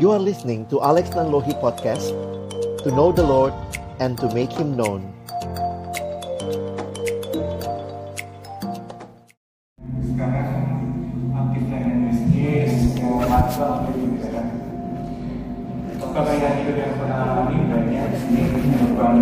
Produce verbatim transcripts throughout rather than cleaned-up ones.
You are listening to Alex Nanlohi Podcast, to know the Lord and to make Him known. Sekarang aktif dengan bisnis, mau masak, gitu kan. Kekayaan hidup yang pernah alami banyak di sini berubah.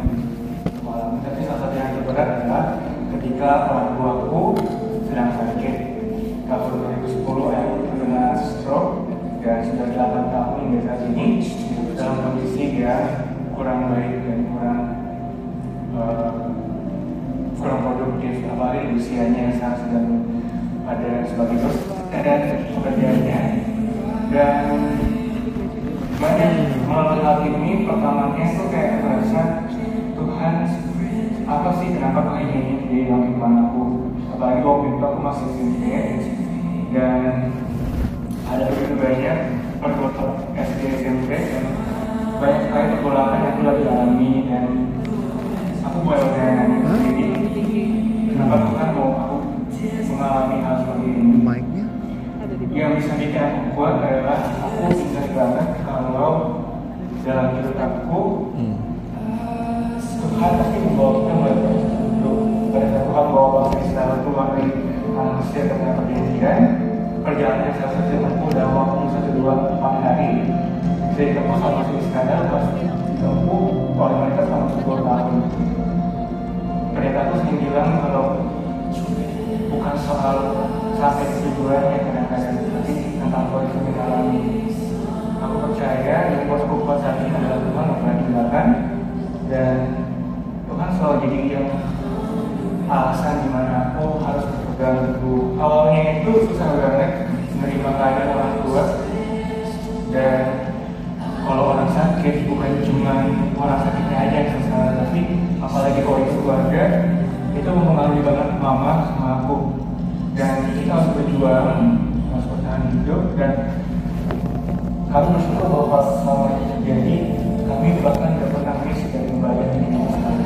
Tapi salah satu yang terberat adalah ketika orang tuaku sedang sakit. Tahun dua ribu sepuluh ayah terkena stroke dan sudah delapan tahun hingga saat ini dalam kondisi dia kurang baik dan kurang uh, kurang produktif, apalagi usianya saat sedang ada sebagai bos ada pekerjaannya. Dan banyak melalui hal ini pertamanya itu kayak merasa Tuhan apa sih kenapa kok ini di dalam kehidupan aku, apalagi waktu itu aku masih S M P dan ada begitu banyak pergolakan S D S M P dan banyak sekali pergolakan yang aku lagi alami dan aku boleh bertanya sendiri kenapa Tuhan mau aku mengalami hal seperti ini. Mic-nya? Yang bisa bikin aku kuat adalah aku ingat banget kalau dalam hidup aku Hmm. Tuhan pasti membawa kita melalui hidup. Pada saat Tuhan membawa kita keluar dari manusia dengan perjanjian, perjalanan salah satu aku dalam waktu satu dua empat hari dari tempuh sama si Iskandar pas tempuh oleh mereka selama sepuluh tahun. Ternyata aku sering bilang kalau bukan soal sampai tujuannya kadang-kadang, tapi tentang proses yang kita alami. Aku percaya yang buat aku kuat saat ini adalah Tuhan yang pernah tinggalkan dan Tuhan selalu jadi yang alasan dimana aku harus berpegang teguh. Awalnya itu susah banget menerima keadaan orang tua, dan kalau orang sakit bukan cuma orang sakitnya aja yang susah, tapi apalagi kalau itu keluarga itu mempengaruhi banget mama sama aku. Dan kita harus berjuang, harus bertahan hidup, dan kami bersyukur bahwa pas selama itu terjadi kami bahkan tidak pernah miss dari membayar ini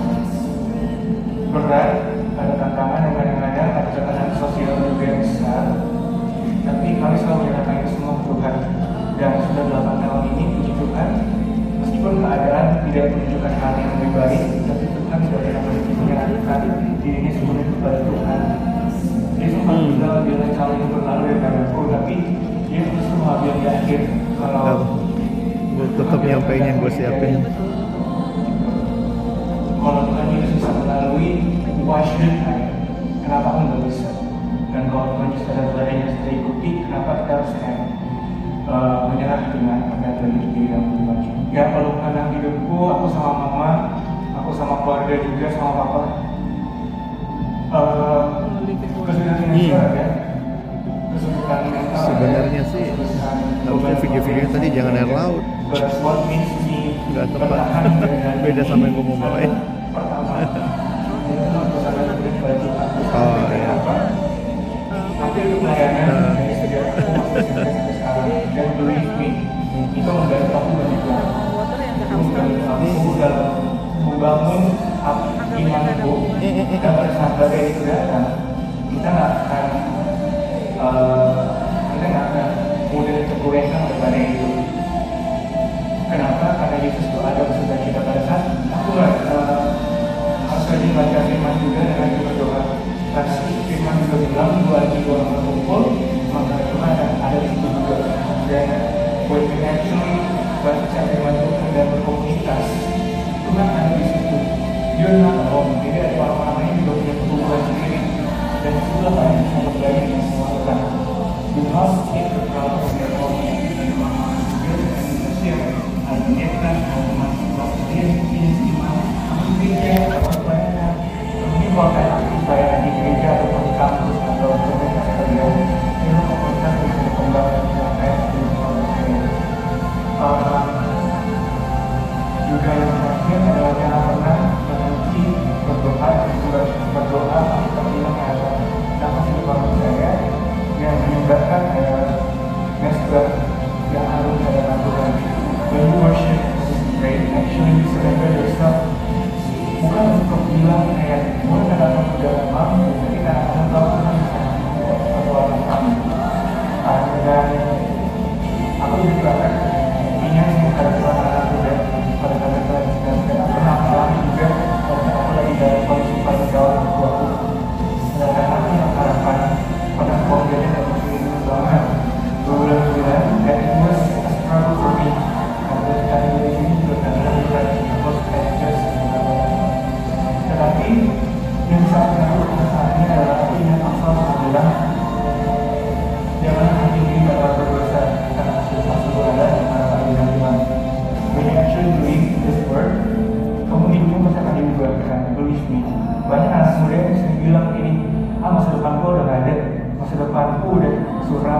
berat, ada tantangan yang kadang-kadang ada tekanan sosial juga yang besar, tapi kami selalu menyerahkan itu semua ke Tuhan. Dan sudah delapan tahun ini puji Tuhan, meskipun keadaan tidak menunjukkan hal yang lebih baik, tapi Tuhan sudah pernah menyerahkan dirinya sepenuhnya kepada Tuhan. Dia sempat bilang bila kalau ini berlalu daripada aku, tapi dia terus mengambil di akhir kalau gue tetap nyampein yang gue siapin. Kalau Tuhan Yesus bisa melalui, why shouldn't I? Kenapa aku nggak bisa? Dan kalau Tuhan Yesus ada pelajaran yang saya ikuti, kenapa kita harus uh, menyerah dengan apa yang terjadi di dalam kehidupan? Ya kalau karena hidupku, aku sama mama, aku sama keluarga juga, sama papa, uh, kesulitan finansial ya, kesulitan mental. Sebenarnya sih, harusnya video-videonya tadi jangan air laut. Nggak tepat. Beda sama yang gue mau bawain. Oh ya. Dan believe me, itu membantu aku banyak banget. Aku dalam membangun imanku. Dan pada saat badai itu datang, kita nggak akan kita nggak akan mudah tergoyahkan oleh badai itu. Kenapa? Karena Yesus itu ada beserta kita pada saat aku nggak uh, harus rajin baca firman juga dan rajin berdoa. Karena firman juga bilang dua lagi dua orang berkumpul, maka Tuhan akan ada di situ juga. Dan when we actually baca firman Tuhan dan berkomunitas, Tuhan ada di situ. You're not alone. Jadi ada orang-orang lain juga punya pertumbuhan sendiri. Dan itulah yang kita belajar yang semua lakukan. You must take the problem of your own. Menyiapkan masing-masing dia ini gimana gereja atau apa ini bahkan aktif bayar di gereja atau di kampus atau komunitas kalian ini komunitas yang berkembang dan sampai di juga yang terakhir adalah jangan pernah berhenti berdoa dan juga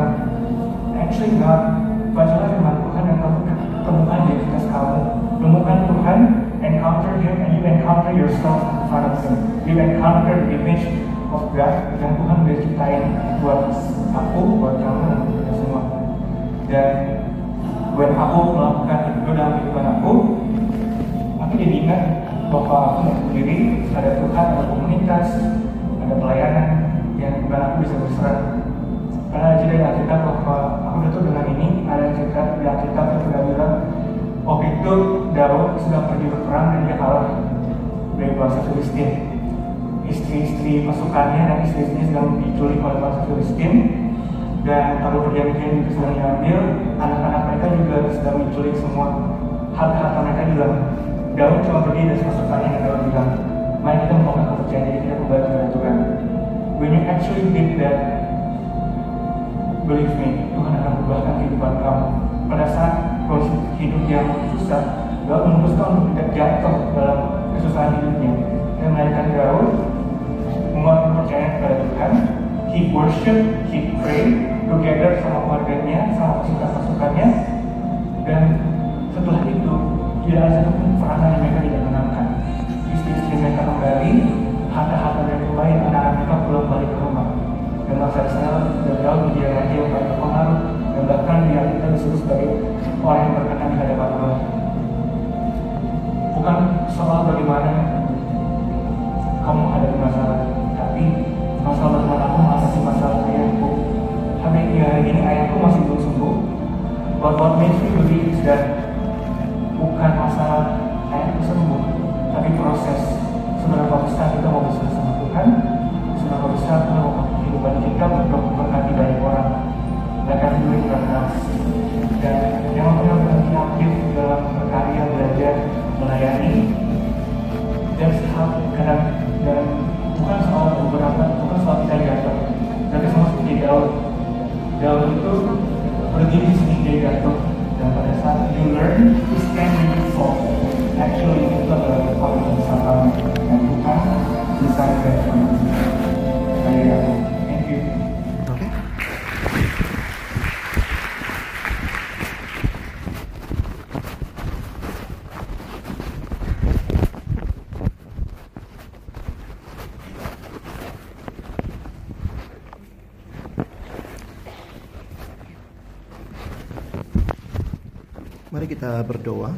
Tuhan. Actually God, bacalah firman Tuhan dan kamu temukan identitas kamu. Temukan Tuhan, encounter Him, and you encounter yourself in front of Him. You encounter the image of God yang Tuhan udah ciptain buat aku, buat kamu, dan kita semua. Dan when aku melakukan itu dalam kehidupan aku, aku jadi ingat bahwa aku nggak sendiri, ada Tuhan, ada komunitas, ada pelayanan yang bukan aku bisa berserah. Karena ada cerita di Alkitab bahwa aku betul dengan ini, ada cerita di Alkitab yang sudah bilang waktu itu Daud sedang pergi berperang dan dia kalah dari bangsa Filistin. Istri-istri pasukannya dan istri-istrinya sedang diculik oleh bangsa Filistin, dan kalau perjanjian juga sedang diambil, anak-anak mereka juga sedang diculik semua, harta-harta mereka hilang. Daud cuma pergi dari pasukannya dan Daud bilang, mari kita membangun kepercayaan diri kita kembali kepada Tuhan. When you actually did that, believe me, Tuhan akan ubahkan kehidupan kamu. Pada saat kondisi hidup yang susah, Daud memutuskan untuk tidak jatuh dalam kesusahan hidupnya dan melahirkan Daud menguatkan kepercayaan kepada Tuhan. He worship, he pray together sama keluarganya, sama pasukan-pasukannya, dan setelah itu tidak ada satupun perangan yang mereka tidak menangkan. Istri-istri mereka kembali, harta-harta mereka kembali, anak-anak mereka pulang balik ke rumah. Dan masa di sana dan Daud menjadi raja yang paling berpengaruh, dan bahkan dia kita disebut sebagai orang yang berkenan di hadapan Allah. Bukan soal bagaimana kamu ada masalah, tapi masalah bagaimana aku mengatasi masalah ayahku. Sampai hari ini ayahku masih belum sembuh. But what makes me believe is that bukan masalah ayahku sembuh, tapi proses seberapa besar kita mau bisa sama Tuhan, seberapa besar kita mau kehidupan kita untuk memberkati banyak orang. Bahkan dulu yang berkenal dan yang pernah berhenti aktif dalam berkarya, belajar, melayani, dan hal kadang dan bukan soal beberapa, bukan soal kita jatuh, tapi sama seperti Daud. Daud itu berdiri di sini dia jatuh, dan pada saat you learn to stand when you fall, actually itu adalah paling besar kamu dan Tuhan bisa berkata. Saya thank you. Oke. Mari kita berdoa.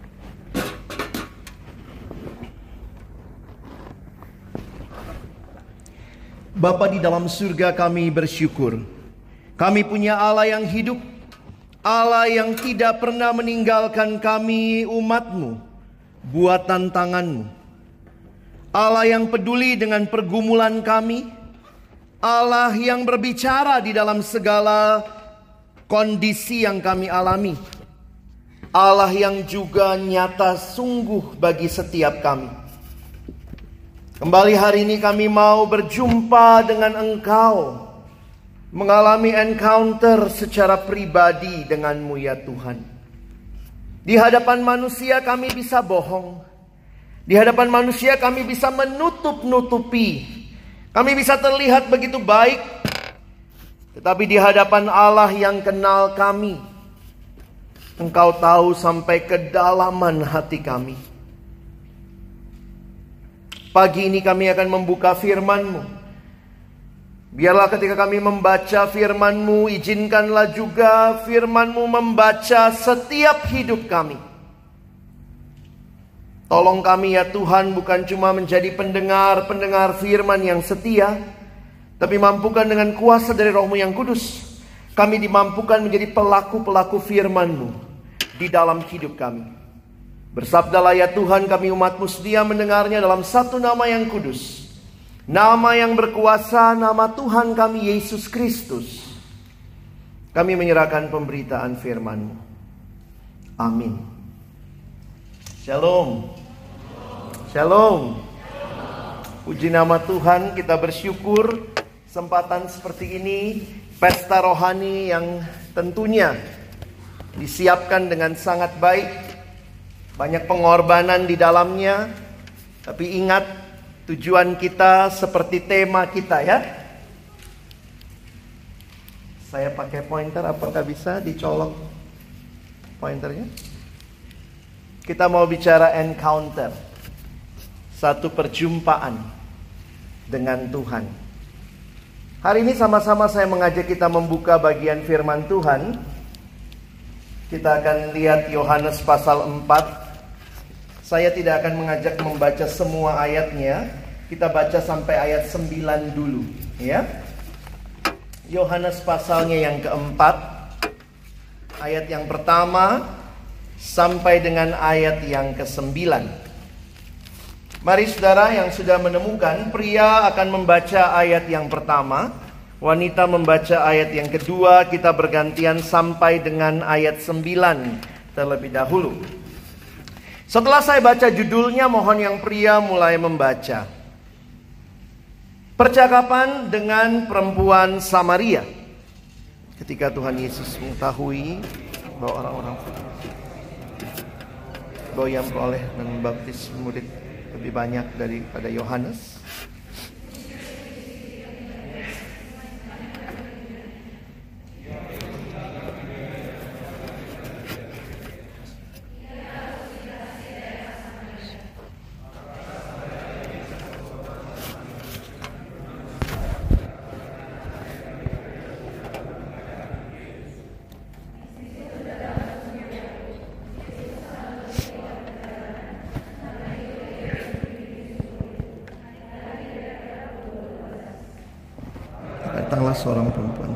Bapa di dalam surga, kami bersyukur. Kami punya Allah yang hidup, Allah yang tidak pernah meninggalkan kami umat-Mu, buatan tangan-Mu. Allah yang peduli dengan pergumulan kami, Allah yang berbicara di dalam segala kondisi yang kami alami. Allah yang juga nyata sungguh bagi setiap kami. Kembali hari ini kami mau berjumpa dengan Engkau, mengalami encounter secara pribadi dengan-Mu ya Tuhan. Di hadapan manusia kami bisa bohong, di hadapan manusia kami bisa menutup-nutupi, kami bisa terlihat begitu baik, tetapi di hadapan Allah yang kenal kami, Engkau tahu sampai kedalaman hati kami. Pagi ini kami akan membuka firman-Mu. Biarlah ketika kami membaca firman-Mu, izinkanlah juga firman-Mu membaca setiap hidup kami. Tolong kami ya Tuhan, bukan cuma menjadi pendengar-pendengar firman yang setia, tapi mampukan dengan kuasa dari Roh-Mu yang kudus, kami dimampukan menjadi pelaku-pelaku firman-Mu di dalam hidup kami. Bersabdalah ya Tuhan, kami umat-Mu sedia mendengarnya dalam satu nama yang kudus, nama yang berkuasa, nama Tuhan kami Yesus Kristus. Kami menyerahkan pemberitaan firman-Mu. Amin. Shalom. Shalom. Puji nama Tuhan, kita bersyukur kesempatan seperti ini, pesta rohani yang tentunya disiapkan dengan sangat baik. Banyak pengorbanan di dalamnya. Tapi ingat, tujuan kita seperti tema kita ya. Saya pakai pointer, apakah bisa dicolok pointernya? Kita mau bicara encounter, satu perjumpaan dengan Tuhan. Hari ini sama-sama saya mengajak kita membuka bagian firman Tuhan. Kita akan lihat Yohanes pasal empat. Saya tidak akan mengajak membaca semua ayatnya. Kita baca sampai ayat sembilan dulu, ya. Yohanes pasalnya yang keempat, ayat yang pertama sampai dengan ayat yang kesembilan. Mari saudara yang sudah menemukan, pria akan membaca ayat yang pertama, wanita membaca ayat yang kedua, kita bergantian sampai dengan ayat sembilan terlebih dahulu. Setelah saya baca judulnya, mohon yang pria mulai membaca. Percakapan dengan perempuan Samaria. Ketika Tuhan Yesus mengetahui bahwa orang-orang bahwa yang oleh membaptis murid lebih banyak daripada Yohanes, datanglah seorang perempuan,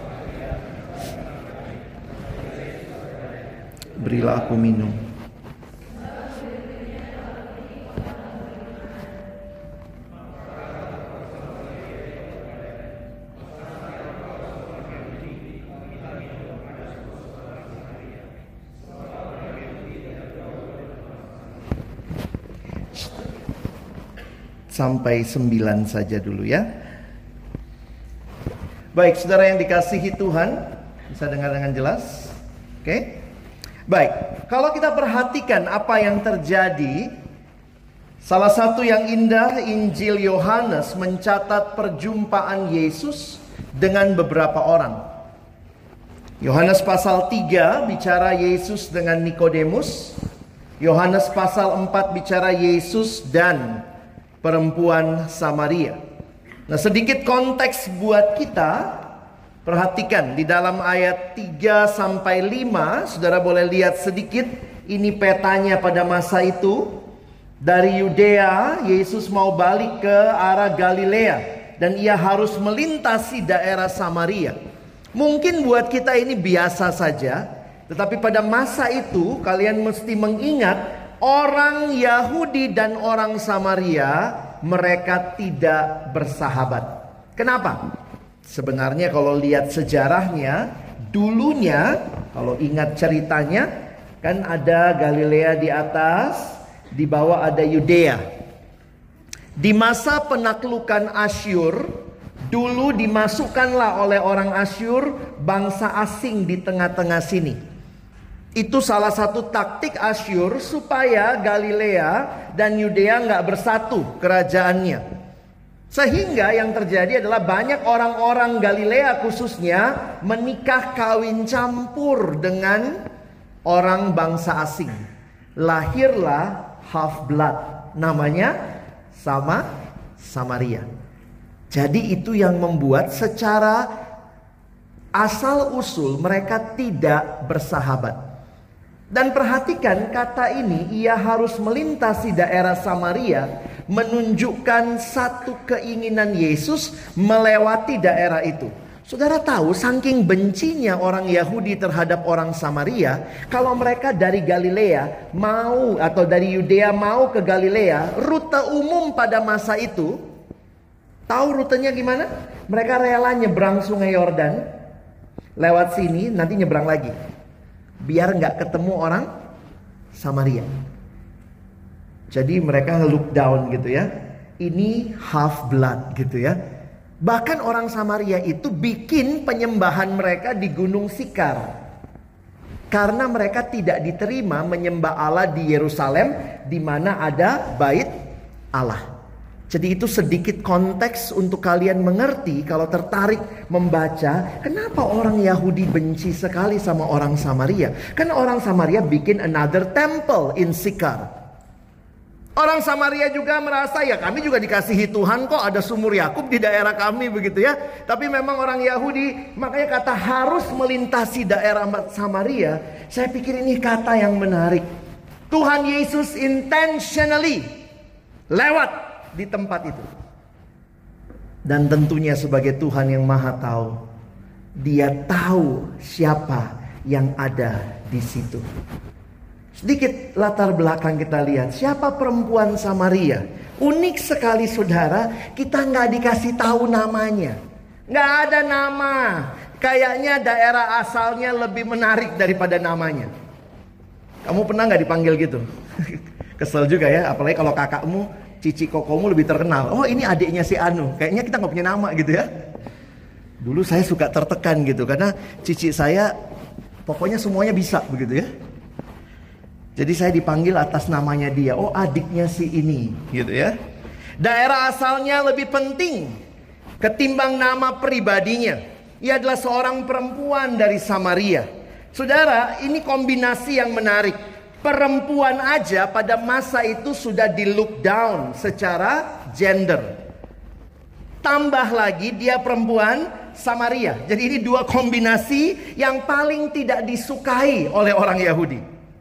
berilah aku minum. Sampai sembilan saja dulu ya. Baik, saudara yang dikasihi Tuhan, bisa dengar dengan jelas? Oke. Baik, kalau kita perhatikan apa yang terjadi, salah satu yang indah, Injil Yohanes mencatat perjumpaan Yesus dengan beberapa orang. Yohanes pasal tiga bicara Yesus dengan Nikodemus. Yohanes pasal empat bicara Yesus dan perempuan Samaria. Nah, sedikit konteks buat kita. Perhatikan di dalam ayat tiga sampai lima, saudara boleh lihat sedikit. Ini petanya pada masa itu. Dari Yudea, Yesus mau balik ke arah Galilea, dan ia harus melintasi daerah Samaria. Mungkin buat kita ini biasa saja, tetapi pada masa itu kalian mesti mengingat, orang Yahudi dan orang Samaria, mereka tidak bersahabat. Kenapa? Sebenarnya kalau lihat sejarahnya, dulunya kalau ingat ceritanya, kan ada Galilea di atas, di bawah ada Yudea. Di masa penaklukan Asyur, dulu dimasukkanlah oleh orang Asyur bangsa asing di tengah-tengah sini. Itu salah satu taktik Asyur supaya Galilea dan Yudea nggak bersatu kerajaannya. Sehingga yang terjadi adalah banyak orang-orang Galilea khususnya menikah kawin campur dengan orang bangsa asing. Lahirlah half blood, namanya sama Samaria. Jadi itu yang membuat secara asal usul mereka tidak bersahabat. Dan perhatikan kata ini, ia harus melintasi daerah Samaria, menunjukkan satu keinginan Yesus melewati daerah itu. Saudara tahu, saking bencinya orang Yahudi terhadap orang Samaria, kalau mereka dari Galilea mau atau dari Yudea mau ke Galilea, rute umum pada masa itu, tahu rutenya gimana? Mereka rela nyebrang sungai Yordan, lewat sini, nanti nyebrang lagi, biar nggak ketemu orang Samaria. Jadi mereka look down gitu ya. Ini half blood gitu ya. Bahkan orang Samaria itu bikin penyembahan mereka di Gunung Sikar, karena mereka tidak diterima menyembah Allah di Yerusalem, di mana ada bait Allah. Jadi itu sedikit konteks untuk kalian mengerti kalau tertarik membaca kenapa orang Yahudi benci sekali sama orang Samaria. Karena orang Samaria bikin another temple in Sychar. Orang Samaria juga merasa ya kami juga dikasihi Tuhan kok, ada sumur Yakub di daerah kami begitu ya. Tapi memang orang Yahudi, makanya kata harus melintasi daerah Samaria. Saya pikir ini kata yang menarik. Tuhan Yesus intentionally lewat di tempat itu. Dan tentunya sebagai Tuhan yang Maha Tahu, Dia tahu siapa yang ada di situ. Sedikit latar belakang kita lihat. Siapa perempuan Samaria? Unik sekali saudara, kita nggak dikasih tahu namanya. Nggak ada nama. Kayaknya daerah asalnya lebih menarik daripada namanya. Kamu pernah nggak dipanggil gitu? Kesel juga ya, apalagi kalau kakakmu, cici kokomu lebih terkenal. Oh ini adiknya si Anu. Kayaknya kita nggak punya nama gitu ya. Dulu saya suka tertekan gitu karena cici saya pokoknya semuanya bisa begitu ya. Jadi saya dipanggil atas namanya dia. Oh adiknya si ini gitu ya. Daerah asalnya lebih penting ketimbang nama pribadinya. Ia adalah seorang perempuan dari Samaria. Saudara, ini kombinasi yang menarik. Perempuan aja pada masa itu sudah di look down secara gender. Tambah lagi dia perempuan Samaria. Jadi ini dua kombinasi yang paling tidak disukai oleh orang Yahudi.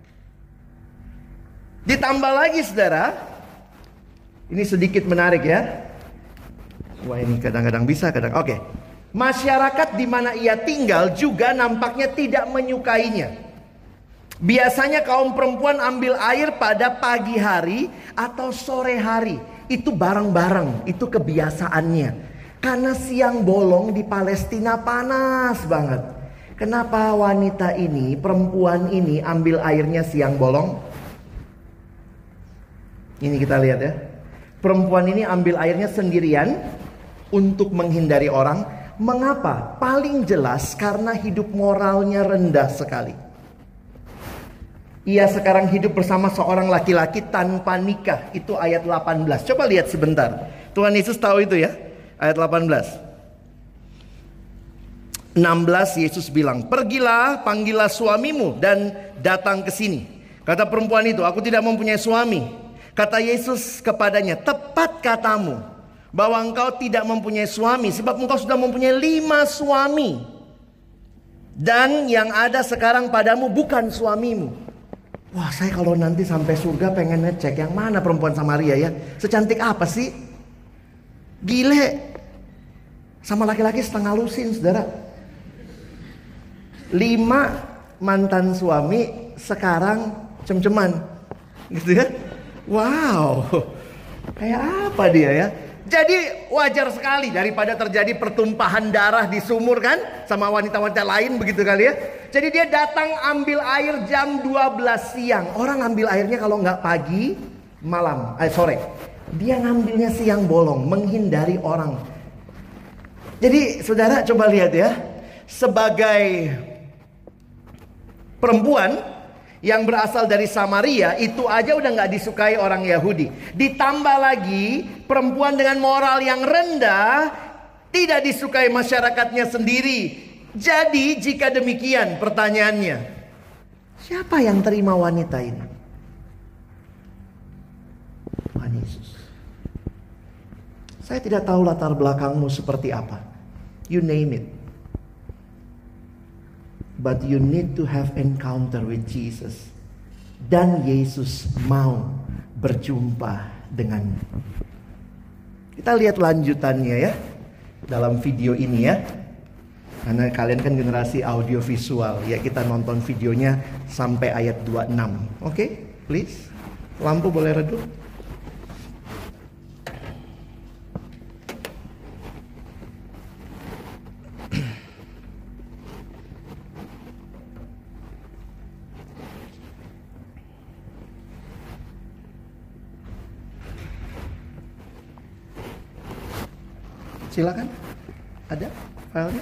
Ditambah lagi saudara, ini sedikit menarik ya. Wah ini kadang-kadang bisa, kadang oke. Masyarakat di mana ia tinggal juga nampaknya tidak menyukainya. Biasanya kaum perempuan ambil air pada pagi hari atau sore hari. Itu bareng-bareng, itu kebiasaannya. Karena siang bolong di Palestina panas banget. Kenapa wanita ini, perempuan ini ambil airnya siang bolong? Ini kita lihat ya. Perempuan ini ambil airnya sendirian untuk menghindari orang. Mengapa? Paling jelas karena hidup moralnya rendah sekali. Ia sekarang hidup bersama seorang laki-laki tanpa nikah. Itu ayat delapan belas. Coba lihat sebentar. Tuhan Yesus tahu itu ya. Ayat delapan belas. enam belas Yesus bilang, "Pergilah, panggillah suamimu dan datang ke sini." Kata perempuan itu, "Aku tidak mempunyai suami." Kata Yesus kepadanya, "Tepat katamu bahwa engkau tidak mempunyai suami, sebab engkau sudah mempunyai lima suami. Dan yang ada sekarang padamu bukan suamimu." Wah, saya kalau nanti sampai surga pengen ngecek yang mana perempuan Samaria ya. Secantik apa sih? Gile. Sama laki-laki setengah lusin, saudara. Lima mantan suami, sekarang cem-ceman. Gitu ya. Wow. Kayak apa dia ya? Jadi wajar sekali daripada terjadi pertumpahan darah di sumur kan, sama wanita-wanita lain begitu kali ya. Jadi dia datang ambil air jam dua belas siang. Orang ambil airnya kalau nggak pagi, malam, eh sore. Dia ngambilnya siang bolong, menghindari orang. Jadi saudara coba lihat ya. Sebagai perempuan yang berasal dari Samaria, itu aja udah gak disukai orang Yahudi. Ditambah lagi perempuan dengan moral yang rendah, tidak disukai masyarakatnya sendiri. Jadi jika demikian pertanyaannya, siapa yang terima wanita ini? Tuhan Yesus. Saya tidak tahu latar belakangmu seperti apa. You name it. But you need to have encounter with Jesus. Dan Yesus mau berjumpa denganmu. Kita lihat lanjutannya ya. Dalam video ini ya. Karena kalian kan generasi audio visual. Ya kita nonton videonya sampai ayat dua puluh enam. Oke, okay? Please. Lampu boleh redup. Silakan, ada filenya?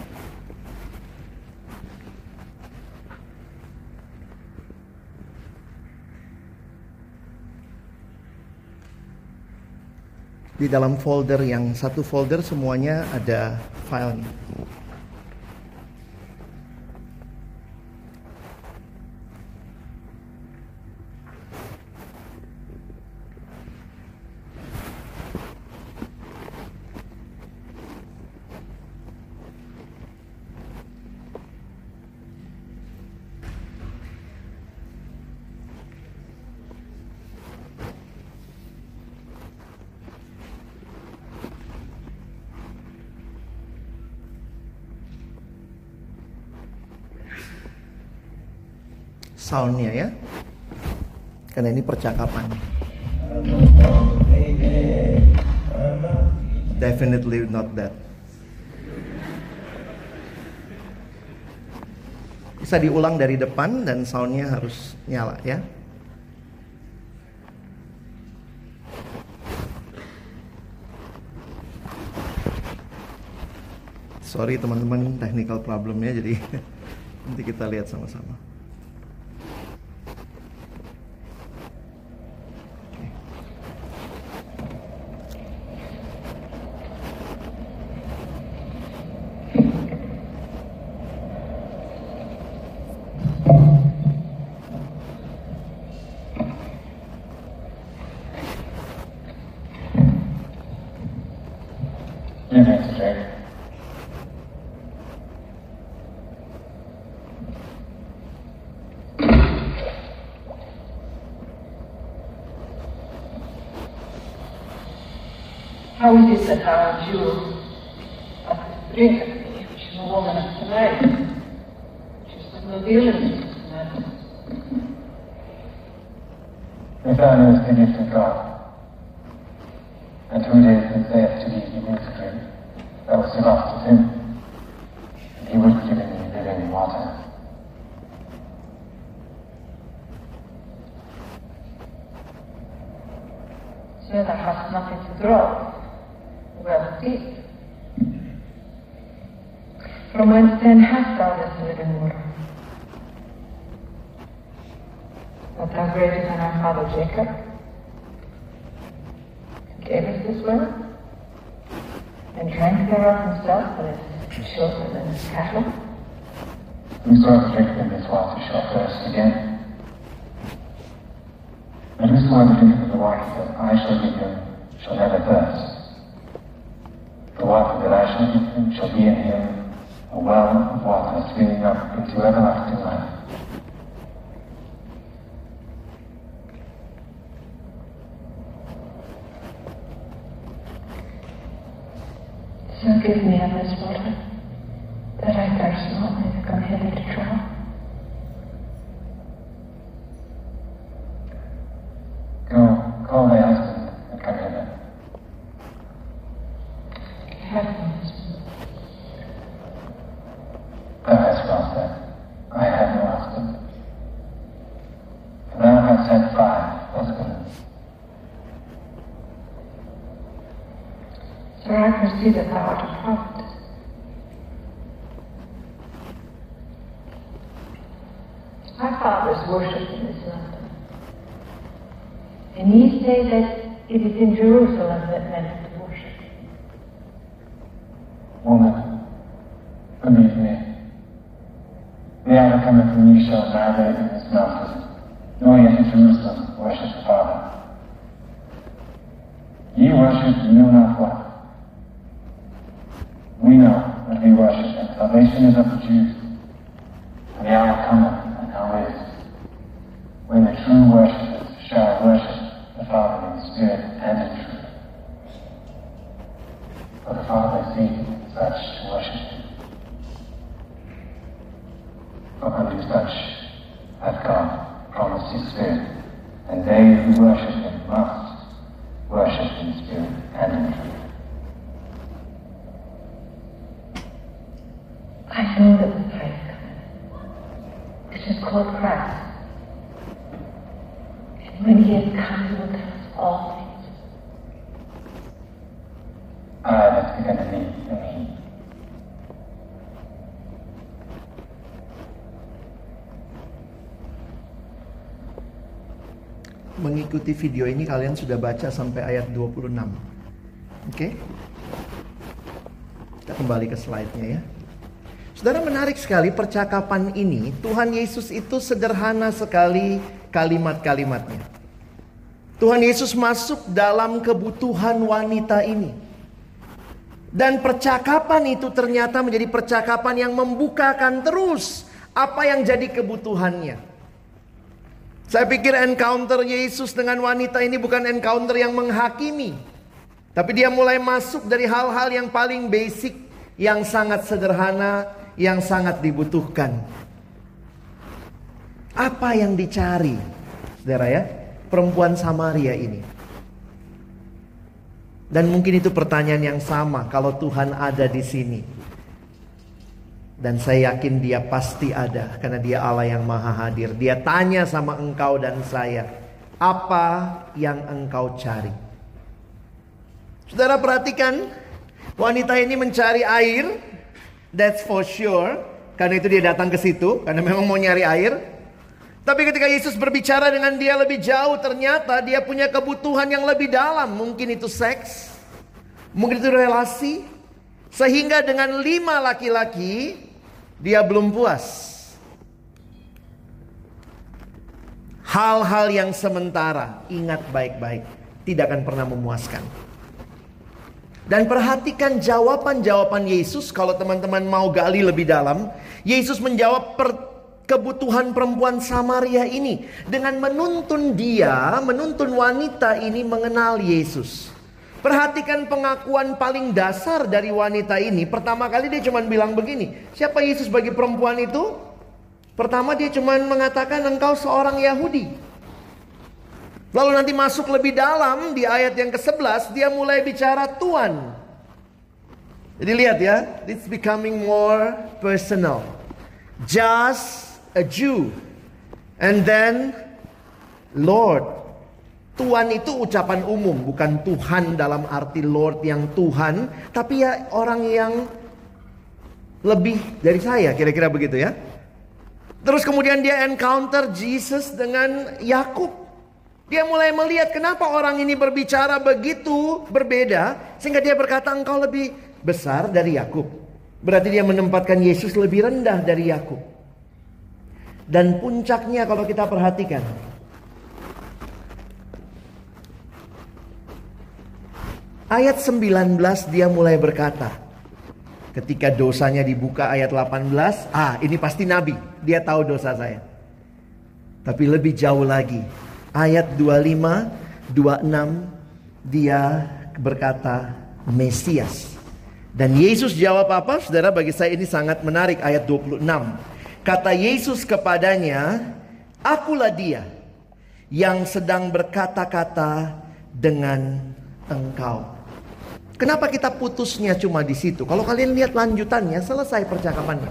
Di dalam folder yang satu folder semuanya ada filenya. Soundnya ya, karena ini percakapan. Definitely not that. Bisa diulang dari depan dan soundnya harus nyala ya. Sorry teman-teman, technical problemnya, jadi nanti kita lihat sama-sama. How is it that aren't you at the drink of me, which is a woman of tonight? She's no dealing with this man. If I was the gift of God, and two days and saith to thee, he was a drink, that was enough to him, and he would give me living water. So that has nothing to draw. Well, indeed. From whence then hast thou this living water? Art thou greater than our father Jacob? Who gave us this well, and drank thereof himself and his children and his cattle? Whosoever drinketh of this water shall thirst again. And whosoever drinketh of the water that I shall give him shall never thirst. The water that I shall give him shall be in him a well of water springing up into everlasting life. So give me of this water, that I thirst not, neither come hither to draw. Go, call thy husband, and come hither. Thou hast well said, I have no husband. For thou hast had five husbands. Sir, I perceive that thou art a prophet. Our fathers worshipped in this mountain. And ye say that it is in Jerusalem that men have to worship. Woman, believe me, the hour cometh when ye shall neither in this mountain, nor yet in Jerusalem worship the Father. Ye worship you know not what. We know that we worship, and salvation is of the Jews. And the hour cometh, and now is, when the true worshippers shall worship the Father in spirit and in truth. For the Father seeketh such to worship him. For unto such hath God promised his Spirit, and they who worship him must worship in spirit and in truth. I know that the time cometh. It is called Christ. And when he has come, he will tell us all things. I that speak unto thee am he. Mengikuti video ini kalian sudah baca sampai ayat dua puluh enam. Oke. Kita kembali ke slide-nya ya. Saudara, menarik sekali percakapan ini. Tuhan Yesus itu sederhana sekali kalimat-kalimatnya. Tuhan Yesus masuk dalam kebutuhan wanita ini. Dan percakapan itu ternyata menjadi percakapan yang membukakan terus apa yang jadi kebutuhannya. Saya pikir encounter Yesus dengan wanita ini bukan encounter yang menghakimi. Tapi dia mulai masuk dari hal-hal yang paling basic, yang sangat sederhana, yang sangat dibutuhkan. Apa yang dicari, saudara ya, perempuan Samaria ini? Dan mungkin itu pertanyaan yang sama kalau Tuhan ada di sini. Dan saya yakin dia pasti ada, karena dia Allah yang maha hadir. Dia tanya sama engkau dan saya, apa yang engkau cari? Saudara perhatikan, wanita ini mencari air. That's for sure. Karena itu dia datang ke situ, karena memang mau nyari air. Tapi ketika Yesus berbicara dengan dia lebih jauh, ternyata dia punya kebutuhan yang lebih dalam. Mungkin itu seks, mungkin itu relasi. Sehingga dengan lima laki-laki, dia belum puas. Hal-hal yang sementara, ingat baik-baik, tidak akan pernah memuaskan. Dan perhatikan jawaban-jawaban Yesus. Kalau teman-teman mau gali lebih dalam, Yesus menjawab per, kebutuhan perempuan Samaria ini dengan menuntun dia, menuntun wanita ini mengenal Yesus. Perhatikan pengakuan paling dasar dari wanita ini. Pertama kali dia cuma bilang begini, siapa Yesus bagi perempuan itu? Pertama dia cuma mengatakan engkau seorang Yahudi. Lalu nanti masuk lebih dalam di ayat yang kesebelas, dia mulai bicara Tuhan. Jadi lihat ya, it's becoming more personal. Just a Jew. And then Lord. Tuhan itu ucapan umum, bukan Tuhan dalam arti Lord yang Tuhan, tapi ya orang yang lebih dari saya, kira-kira begitu ya. Terus kemudian dia encounter Jesus dengan Yakub. Dia mulai melihat kenapa orang ini berbicara begitu berbeda, sehingga dia berkata engkau lebih besar dari Yakub. Berarti dia menempatkan Yesus lebih rendah dari Yakub. Dan puncaknya kalau kita perhatikan, ayat sembilan belas dia mulai berkata, ketika dosanya dibuka ayat delapan belas, ah ini pasti nabi, dia tahu dosa saya. Tapi lebih jauh lagi, ayat dua puluh lima, dua puluh enam dia berkata Mesias. Dan Yesus jawab apa? Saudara, bagi saya ini sangat menarik. Ayat dua puluh enam, kata Yesus kepadanya, akulah dia yang sedang berkata-kata dengan engkau. Kenapa kita putusnya cuma di situ? Kalau kalian lihat lanjutannya, selesai percakapannya.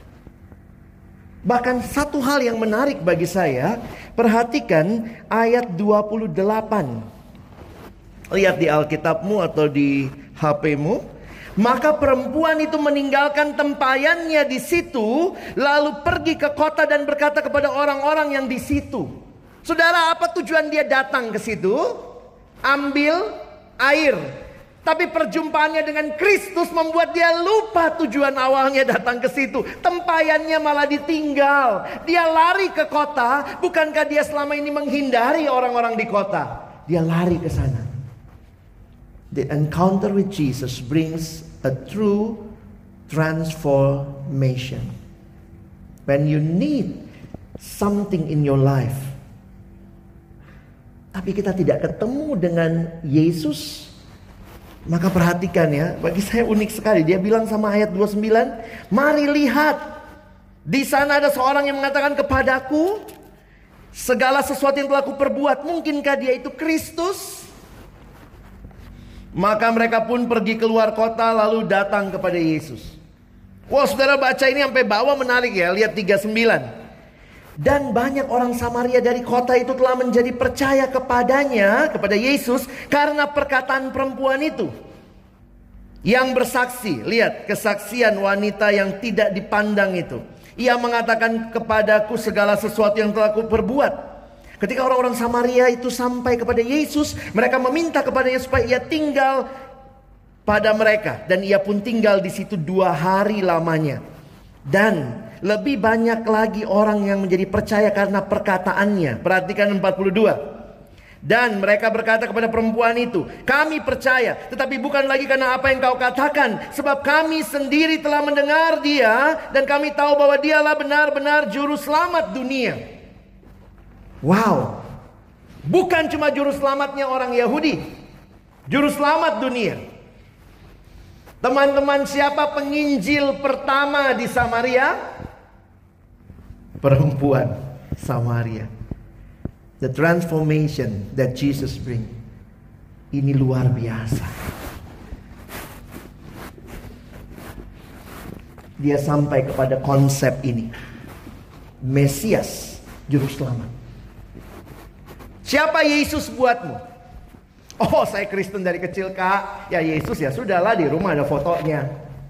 Bahkan satu hal yang menarik bagi saya, perhatikan ayat dua puluh delapan. Lihat di Alkitabmu atau di H P-mu. Maka perempuan itu meninggalkan tempayannya di situ, lalu pergi ke kota dan berkata kepada orang-orang yang di situ. Saudara, apa tujuan dia datang ke situ? Ambil air. Tapi perjumpaannya dengan Kristus membuat dia lupa tujuan awalnya datang ke situ. Tempayannya malah ditinggal. Dia lari ke kota. Bukankah dia selama ini menghindari orang-orang di kota? Dia lari ke sana. The encounter with Jesus brings a true transformation. When you need something in your life, tapi kita tidak ketemu dengan Yesus, maka perhatikan ya, bagi saya unik sekali. Dia bilang sama ayat dua puluh sembilan, mari lihat, di sana ada seorang yang mengatakan kepadaku, segala sesuatu yang telah kuperbuat, mungkinkah dia itu Kristus? Maka mereka pun pergi keluar kota lalu datang kepada Yesus. Wah, saudara baca ini sampai bawah menarik ya. Lihat tiga puluh sembilan. Dan banyak orang Samaria dari kota itu telah menjadi percaya kepadanya, kepada Yesus, karena perkataan perempuan itu yang bersaksi. Lihat kesaksian wanita yang tidak dipandang itu. Ia mengatakan kepadaku segala sesuatu yang telah kuperbuat. Ketika orang-orang Samaria itu sampai kepada Yesus, mereka meminta kepadanya supaya ia tinggal pada mereka, dan ia pun tinggal di situ dua hari lamanya. Dan lebih banyak lagi orang yang menjadi percaya karena perkataannya. Perhatikan empat puluh dua. Dan mereka berkata kepada perempuan itu, kami percaya, tetapi bukan lagi karena apa yang kau katakan, sebab kami sendiri telah mendengar dia, dan kami tahu bahwa dialah benar-benar juru selamat dunia. Wow, bukan cuma juru selamatnya orang Yahudi, juru selamat dunia. Teman-teman, siapa penginjil pertama di Samaria? Perempuan Samaria. The transformation that Jesus bring, ini luar biasa. Dia sampai kepada konsep ini, Mesias, juru selamat. Siapa Yesus buatmu? Oh, saya Kristen dari kecil, Kak. Ya Yesus ya sudahlah, di rumah ada fotonya.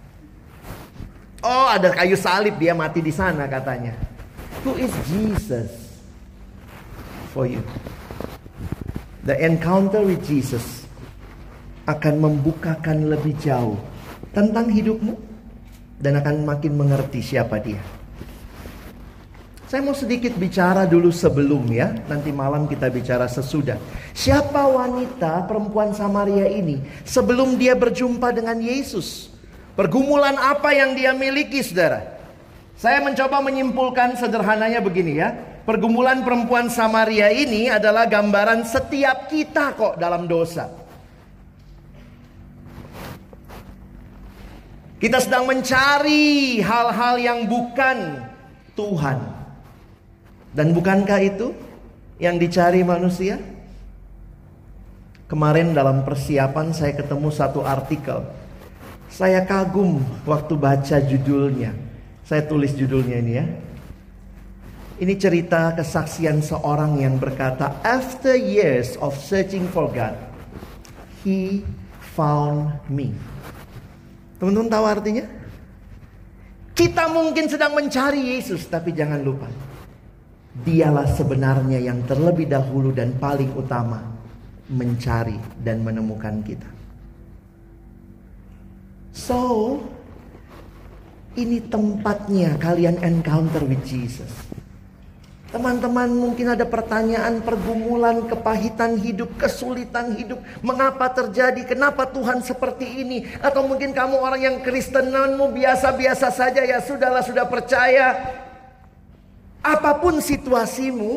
Oh, ada kayu salib, dia mati di sana katanya. Who is Jesus for you? The encounter with Jesus akan membukakan lebih jauh tentang hidupmu dan akan makin mengerti siapa dia. Saya mau sedikit bicara dulu sebelum ya, nanti malam kita bicara sesudah. Siapa wanita perempuan Samaria ini sebelum dia berjumpa dengan Yesus? Pergumulan apa yang dia miliki, saudara? Saya mencoba menyimpulkan sederhananya begini ya. Pergumulan perempuan Samaria ini adalah gambaran setiap kita kok dalam dosa. Kita sedang mencari hal-hal yang bukan Tuhan. Dan bukankah itu yang dicari manusia? Kemarin dalam persiapan saya ketemu satu artikel. Saya kagum waktu baca judulnya. Saya tulis judulnya ini ya. Ini cerita kesaksian seorang yang berkata, after years of searching for God, He found me. Teman-teman tahu artinya? Kita mungkin sedang mencari Yesus, tapi jangan lupa, Dialah sebenarnya yang terlebih dahulu dan paling utama mencari dan menemukan kita. So, ini tempatnya kalian encounter with Jesus. Teman-teman, mungkin ada pertanyaan, pergumulan, kepahitan hidup, kesulitan hidup. Mengapa terjadi? Kenapa Tuhan seperti ini? Atau mungkin kamu orang yang Kristenanmu biasa-biasa saja, ya sudahlah, sudah percaya. Apapun situasimu,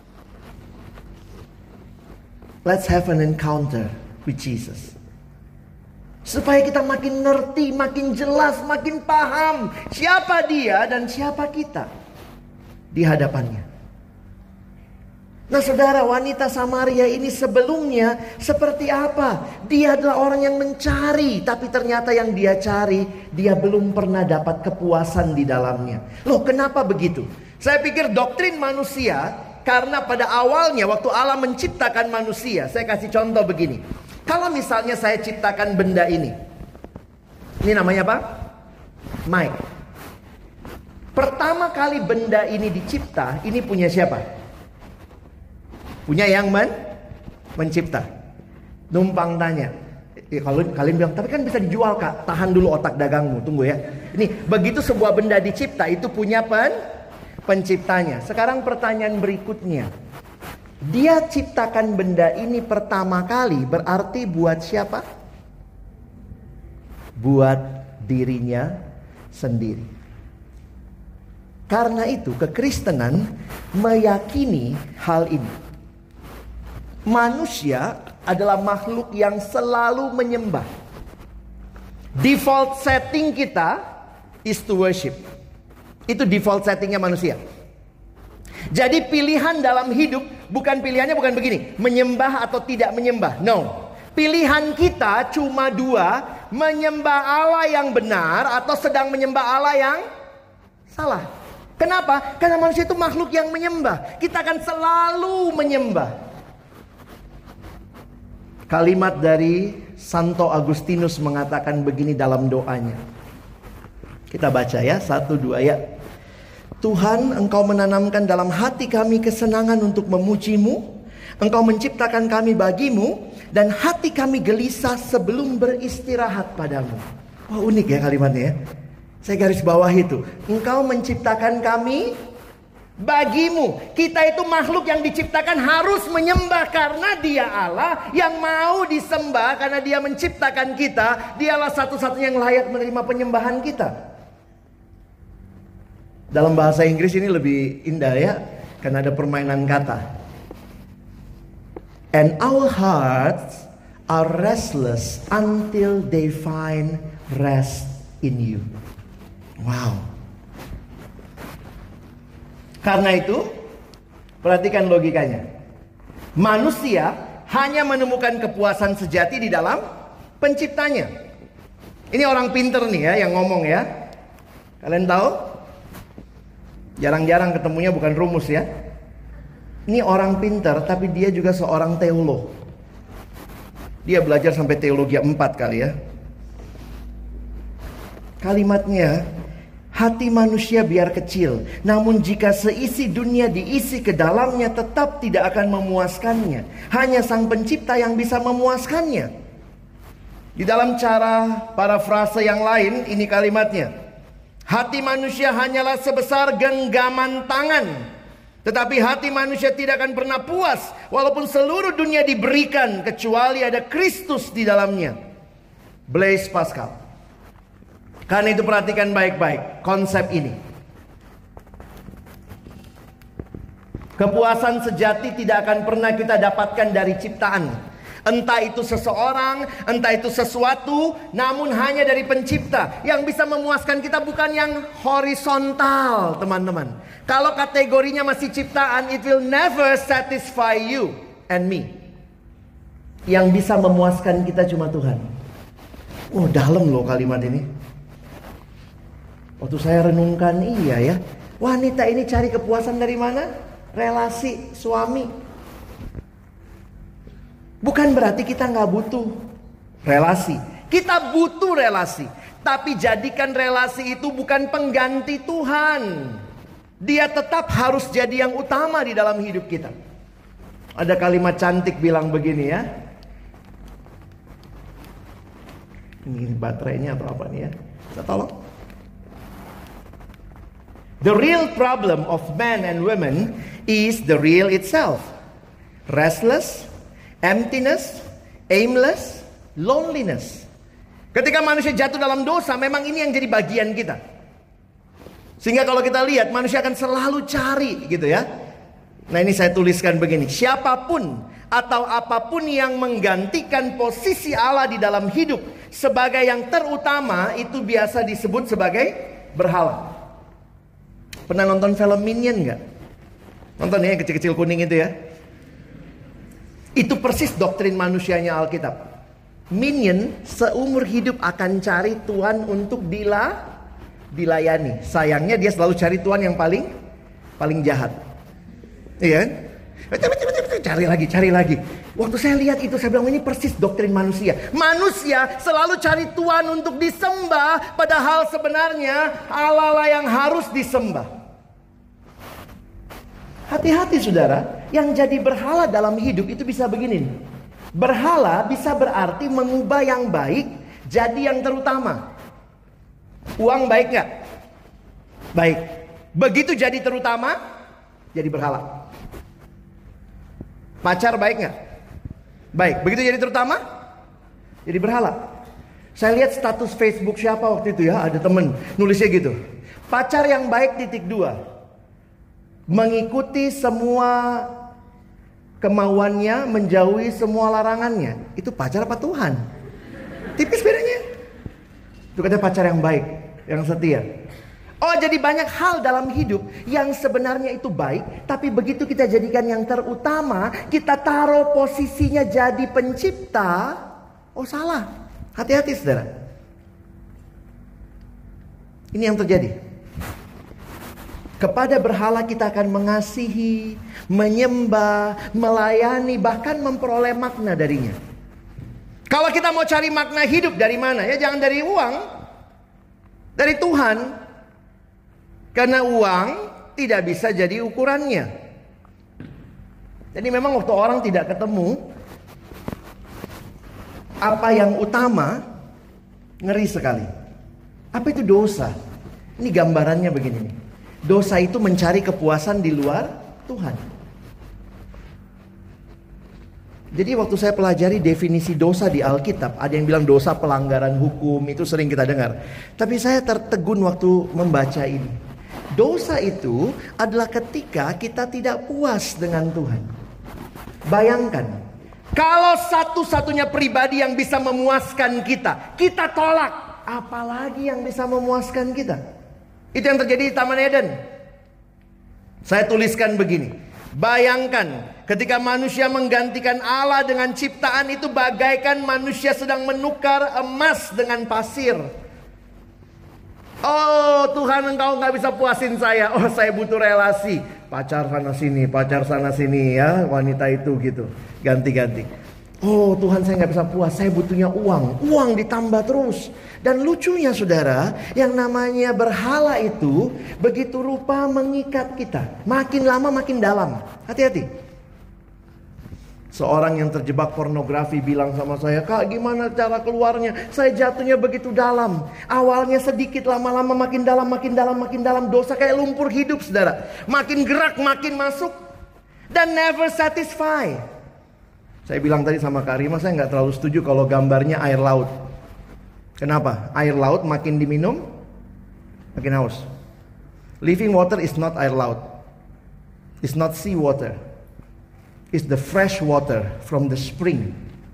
let's have an encounter with Jesus. Supaya kita makin ngerti, makin jelas, makin paham siapa dia dan siapa kita di hadapannya. Nah saudara, wanita Samaria ini sebelumnya seperti apa? Dia adalah orang yang mencari, tapi ternyata yang dia cari, dia belum pernah dapat kepuasan di dalamnya. Loh, kenapa begitu? Saya pikir doktrin manusia, karena pada awalnya waktu Allah menciptakan manusia, saya kasih contoh begini. Kalau misalnya saya ciptakan benda ini, ini namanya apa? Mic. Pertama kali benda ini dicipta, ini punya siapa? Punya yang men mencipta. Numpang tanya. Ya, kalau kalian bilang, tapi kan bisa dijual Kak. Tahan dulu otak dagangmu, tunggu ya. Ini begitu sebuah benda dicipta, itu punya pen penciptanya. Sekarang pertanyaan berikutnya. Dia ciptakan benda ini pertama kali, berarti buat siapa? Buat dirinya sendiri. Karena itu kekristenan meyakini hal ini. Manusia adalah makhluk yang selalu menyembah. Default setting kita is to worship. Itu default settingnya manusia. Jadi pilihan dalam hidup, bukan pilihannya bukan begini, menyembah atau tidak menyembah. No. Pilihan kita cuma dua, menyembah Allah yang benar atau sedang menyembah Allah yang salah. Kenapa? Karena manusia itu makhluk yang menyembah. Kita akan selalu menyembah. Kalimat dari Santo Agustinus mengatakan begini dalam doanya. Kita baca ya, satu dua ya. Tuhan, Engkau menanamkan dalam hati kami kesenangan untuk memujimu, Engkau menciptakan kami bagimu, dan hati kami gelisah sebelum beristirahat padamu. Wah, unik ya kalimatnya ya. Saya garis bawah itu. Engkau menciptakan kami bagimu. Kita itu makhluk yang diciptakan harus menyembah karena Dia Allah yang mau disembah karena Dia menciptakan kita. Dialah satu-satunya yang layak menerima penyembahan kita. Dalam bahasa Inggris ini lebih indah ya, karena ada permainan kata. And our hearts are restless until they find rest in you. Wow. Karena itu, perhatikan logikanya. Manusia hanya menemukan kepuasan sejati di dalam penciptanya. Ini orang pinter nih ya yang ngomong ya. Kalian tahu? Jarang-jarang ketemunya bukan rumus ya. Ini orang pinter tapi dia juga seorang teolog. Dia belajar sampai teologi empat kali ya. Kalimatnya, hati manusia biar kecil, namun jika seisi dunia diisi ke dalamnya tetap tidak akan memuaskannya. Hanya Sang Pencipta yang bisa memuaskannya. Di dalam cara parafrase yang lain, ini kalimatnya. Hati manusia hanyalah sebesar genggaman tangan. Tetapi hati manusia tidak akan pernah puas walaupun seluruh dunia diberikan kecuali ada Kristus di dalamnya. Blaise Pascal. Karena itu perhatikan baik-baik konsep ini. Kepuasan sejati tidak akan pernah kita dapatkan dari ciptaan. Entah itu seseorang, entah itu sesuatu, namun hanya dari pencipta. Yang bisa memuaskan kita bukan yang horizontal, teman-teman. Kalau kategorinya masih ciptaan, it will never satisfy you and me. Yang bisa memuaskan kita cuma Tuhan. Oh, dalam loh kalimat ini. Waktu saya renungkan, iya ya. Wanita ini cari kepuasan dari mana? Relasi suami. Bukan berarti kita nggak butuh relasi. Kita butuh relasi. Tapi jadikan relasi itu bukan pengganti Tuhan. Dia tetap harus jadi yang utama di dalam hidup kita. Ada kalimat cantik bilang begini ya. Ini baterainya atau apa nih ya? Saya tolong. The real problem of men and women is the real itself. Restless, emptiness, aimless, loneliness. Ketika manusia jatuh dalam dosa, memang ini yang jadi bagian kita. Sehingga kalau kita lihat, manusia akan selalu cari gitu ya. Nah, ini saya tuliskan begini. Siapapun atau apapun yang menggantikan posisi Allah di dalam hidup sebagai yang terutama, itu biasa disebut sebagai berhala. Pernah nonton film Minion nggak? Nonton ya, yang kecil-kecil kuning itu ya. Itu persis doktrin manusianya Alkitab. Minion seumur hidup akan cari Tuhan untuk dila, dilayani. Sayangnya dia selalu cari Tuhan yang paling paling jahat. Iya kan? Cari lagi, cari lagi. Waktu saya lihat itu saya bilang ini persis doktrin manusia. Manusia selalu cari Tuhan untuk disembah, padahal sebenarnya Allah lah yang harus disembah. Hati-hati saudara, yang jadi berhala dalam hidup itu bisa begini. Berhala bisa berarti mengubah yang baik jadi yang terutama. Uang baik gak? Baik. Begitu jadi terutama, jadi berhala. Pacar baik gak? Baik. Begitu jadi terutama, jadi berhala. Saya lihat status Facebook siapa waktu itu ya, ada temen nulisnya gitu. Pacar yang baik titik dua. Mengikuti semua kemauannya, menjauhi semua larangannya. Itu pacar apa Tuhan? Tipis bedanya. Itu kata pacar yang baik, yang setia. Oh, jadi banyak hal dalam hidup yang sebenarnya itu baik, tapi begitu kita jadikan yang terutama, kita taruh posisinya jadi pencipta. Oh, salah. Hati-hati saudara. Ini yang terjadi. Kepada berhala kita akan mengasihi, menyembah, melayani, bahkan memperoleh makna darinya. Kalau kita mau cari makna hidup dari mana? Ya jangan dari uang. Dari Tuhan. Karena uang tidak bisa jadi ukurannya. Jadi memang waktu orang tidak ketemu apa yang utama, ngeri sekali. Apa itu dosa? Ini gambarannya begini nih. Dosa itu mencari kepuasan di luar Tuhan. Jadi waktu saya pelajari definisi dosa di Alkitab, ada yang bilang dosa pelanggaran hukum, itu sering kita dengar. Tapi saya tertegun waktu membaca ini. Dosa itu adalah ketika kita tidak puas dengan Tuhan. Bayangkan, kalau satu-satunya pribadi yang bisa memuaskan kita, kita tolak, apalagi yang bisa memuaskan kita? Itu yang terjadi di Taman Eden. Saya tuliskan begini, bayangkan ketika manusia menggantikan Allah dengan ciptaan, itu bagaikan manusia sedang menukar emas dengan pasir. Oh Tuhan, engkau gak bisa puasin saya. Oh saya butuh relasi. Pacar sana sini, pacar sana sini ya, wanita itu gitu. Ganti-ganti. Oh Tuhan, saya gak bisa puas, saya butuhnya uang. Uang ditambah terus. Dan lucunya saudara, yang namanya berhala itu begitu rupa mengikat kita. Makin lama makin dalam. Hati-hati. Seorang yang terjebak pornografi bilang sama saya, Kak gimana cara keluarnya? Saya jatuhnya begitu dalam. Awalnya sedikit, lama-lama makin dalam, makin dalam, makin dalam. Dosa kayak lumpur hidup saudara. Makin gerak, makin masuk. Dan never satisfy. Saya bilang tadi sama Kak Rima, saya nggak terlalu setuju kalau gambarnya air laut. Kenapa? Air laut makin diminum, makin haus. Living water is not air laut. It's not sea water. It's the fresh water from the spring.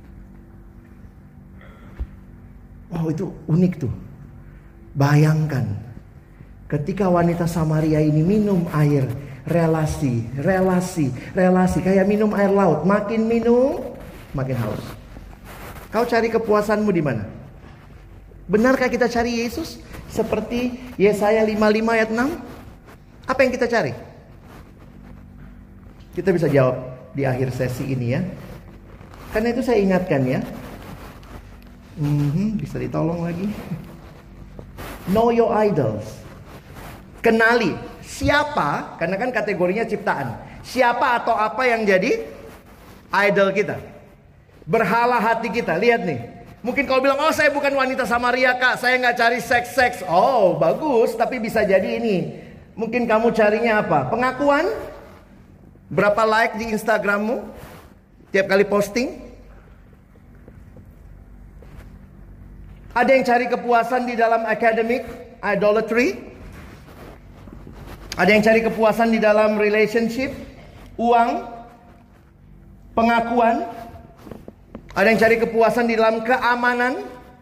Wow, itu unik tuh. Bayangkan, ketika wanita Samaria ini minum air, relasi, relasi, relasi, kayak minum air laut. Makin minum, makin haus. Kau cari kepuasanmu di mana? Benarkah kita cari Yesus? Seperti Yesaya lima puluh lima ayat enam? Apa yang kita cari? Kita bisa jawab di akhir sesi ini ya. Karena itu saya ingatkan ya. Hmm, bisa ditolong lagi. Know your idols. Kenali siapa, karena kan kategorinya ciptaan. Siapa atau apa yang jadi idol kita? Berhala hati kita. Lihat nih. Mungkin kalau bilang, oh saya bukan wanita Samaria Kak, saya nggak cari seks-seks. Oh bagus, tapi bisa jadi ini. Mungkin kamu carinya apa? Pengakuan? Berapa like di Instagrammu? Tiap kali posting? Ada yang cari kepuasan di dalam academic, idolatry. Ada yang cari kepuasan di dalam relationship, uang, pengakuan. Ada yang cari kepuasan di dalam keamanan.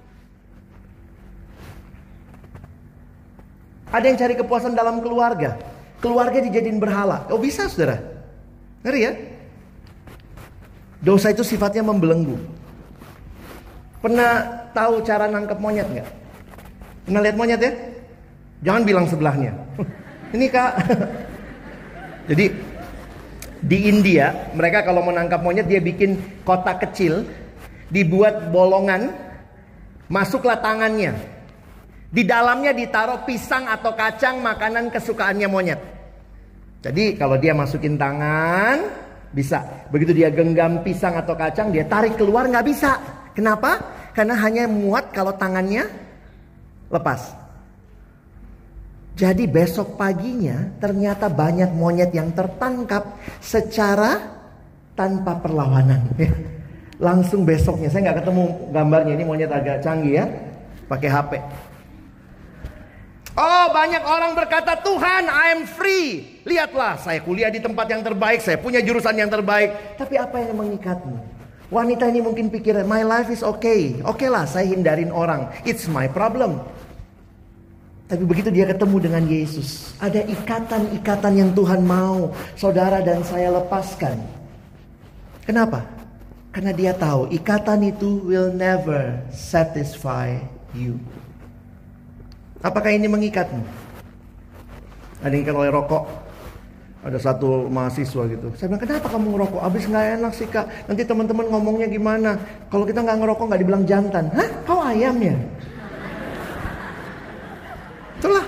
Ada yang cari kepuasan dalam keluarga. Keluarga dijadiin berhala. Oh bisa saudara? Ngeri ya? Dosa itu sifatnya membelenggu. Pernah tahu cara nangkep monyet nggak? Pernah lihat monyet ya? Jangan bilang sebelahnya. Ini Kak. Jadi di India mereka kalau menangkap monyet dia bikin kotak kecil, dibuat bolongan, masuklah tangannya. Di dalamnya ditaruh pisang atau kacang, makanan kesukaannya monyet. Jadi kalau dia masukin tangan bisa. Begitu dia genggam pisang atau kacang, dia tarik keluar nggak bisa. Kenapa? Karena hanya muat kalau tangannya lepas. Jadi besok paginya ternyata banyak monyet yang tertangkap secara tanpa perlawanan. Langsung besoknya, saya nggak ketemu gambarnya, ini monyet agak canggih ya, pakai H P. Oh banyak orang berkata, Tuhan I am free. Lihatlah saya kuliah di tempat yang terbaik, saya punya jurusan yang terbaik. Tapi apa yang mengikatmu? Wanita ini mungkin pikir my life is okay. Oke lah saya hindarin orang, it's my problem. Tapi begitu dia ketemu dengan Yesus, ada ikatan-ikatan yang Tuhan mau saudara dan saya lepaskan. Kenapa? Karena dia tahu ikatan itu will never satisfy you. Apakah ini mengikatmu? Ada yang ikat oleh rokok. Ada satu mahasiswa gitu. Saya bilang, kenapa kamu ngerokok? Abis gak enak sih Kak. Nanti teman-teman ngomongnya gimana? Kalau kita gak ngerokok gak dibilang jantan. Hah? Kau ayam ya? Itulah.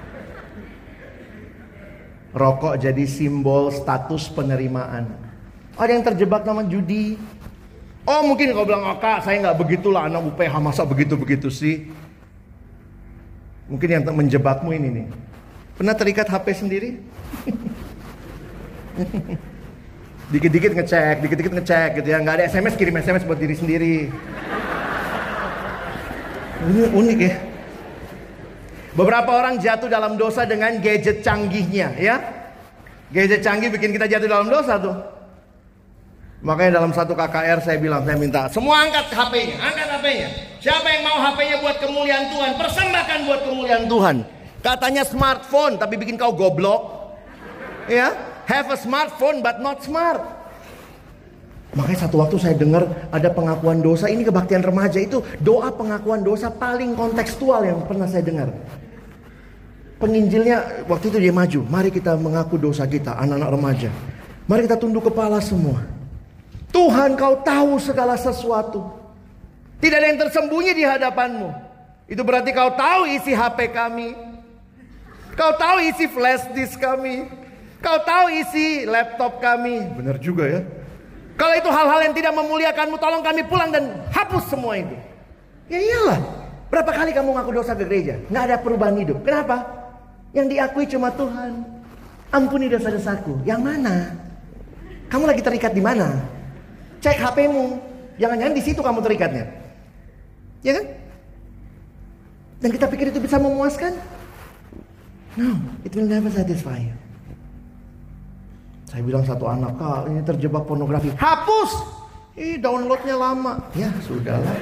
Rokok jadi simbol status penerimaan. Ada yang terjebak nama judi. Oh mungkin kau bilang, oh kak saya nggak begitulah, anak U P H masa begitu-begitu sih. Mungkin yang menjebakmu ini nih. Pernah terikat H P sendiri? Dikit-dikit ngecek, dikit-dikit ngecek gitu ya. Nggak ada S M S, kirim S M S buat diri sendiri. Ini unik ya. Beberapa orang jatuh dalam dosa dengan gadget canggihnya ya. Gadget canggih bikin kita jatuh dalam dosa tuh. Makanya dalam satu K K R saya bilang, saya minta semua angkat H P-nya, angkat H P-nya. Siapa yang mau H P-nya buat kemuliaan Tuhan, persembahkan buat kemuliaan Tuhan. Katanya smartphone tapi bikin kau goblok. Ya, have a smartphone but not smart. Makanya satu waktu saya dengar ada pengakuan dosa, ini kebaktian remaja, itu doa pengakuan dosa paling kontekstual yang pernah saya dengar. Penginjilnya waktu itu dia maju, mari kita mengaku dosa kita, anak-anak remaja. Mari kita tunduk kepala semua. Tuhan, kau tahu segala sesuatu. Tidak ada yang tersembunyi di hadapanmu. Itu berarti kau tahu isi H P kami. Kau tahu isi flash disk kami. Kau tahu isi laptop kami. Benar juga ya. Kalau itu hal-hal yang tidak memuliakanmu, tolong kami pulang dan hapus semua itu. Ya iyalah. Berapa kali kamu ngaku dosa ke gereja? Nggak ada perubahan hidup. Kenapa? Yang diakui cuma Tuhan. Ampuni dosa-dosaku. Yang mana? Kamu lagi terikat di mana? Cek H P-mu. Jangan-jangan di situ kamu terikatnya. Ya kan? Dan kita pikir itu bisa memuaskan? No, it will never satisfy you. Saya bilang satu anak, kak ini terjebak pornografi. Hapus! Ih, downloadnya lama. Ya, sudahlah.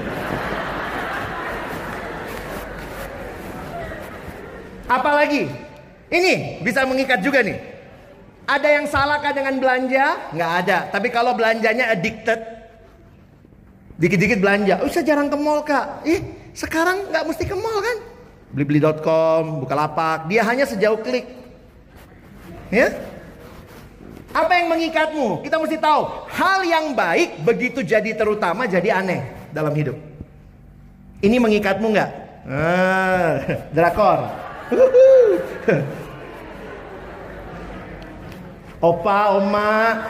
Apalagi? Ini bisa mengikat juga nih. Ada yang salahkah dengan belanja? Nggak ada. Tapi kalau belanjanya addicted, dikit-dikit belanja. Oh, saya jarang ke mall kak. Ih, sekarang nggak mesti ke mall kan? Blibli dot com, Bukalapak. Dia hanya sejauh klik. Ya? Apa yang mengikatmu? Kita mesti tahu. Hal yang baik begitu jadi terutama jadi aneh dalam hidup. Ini mengikatmu nggak? Ah, drakor. Opa, oma.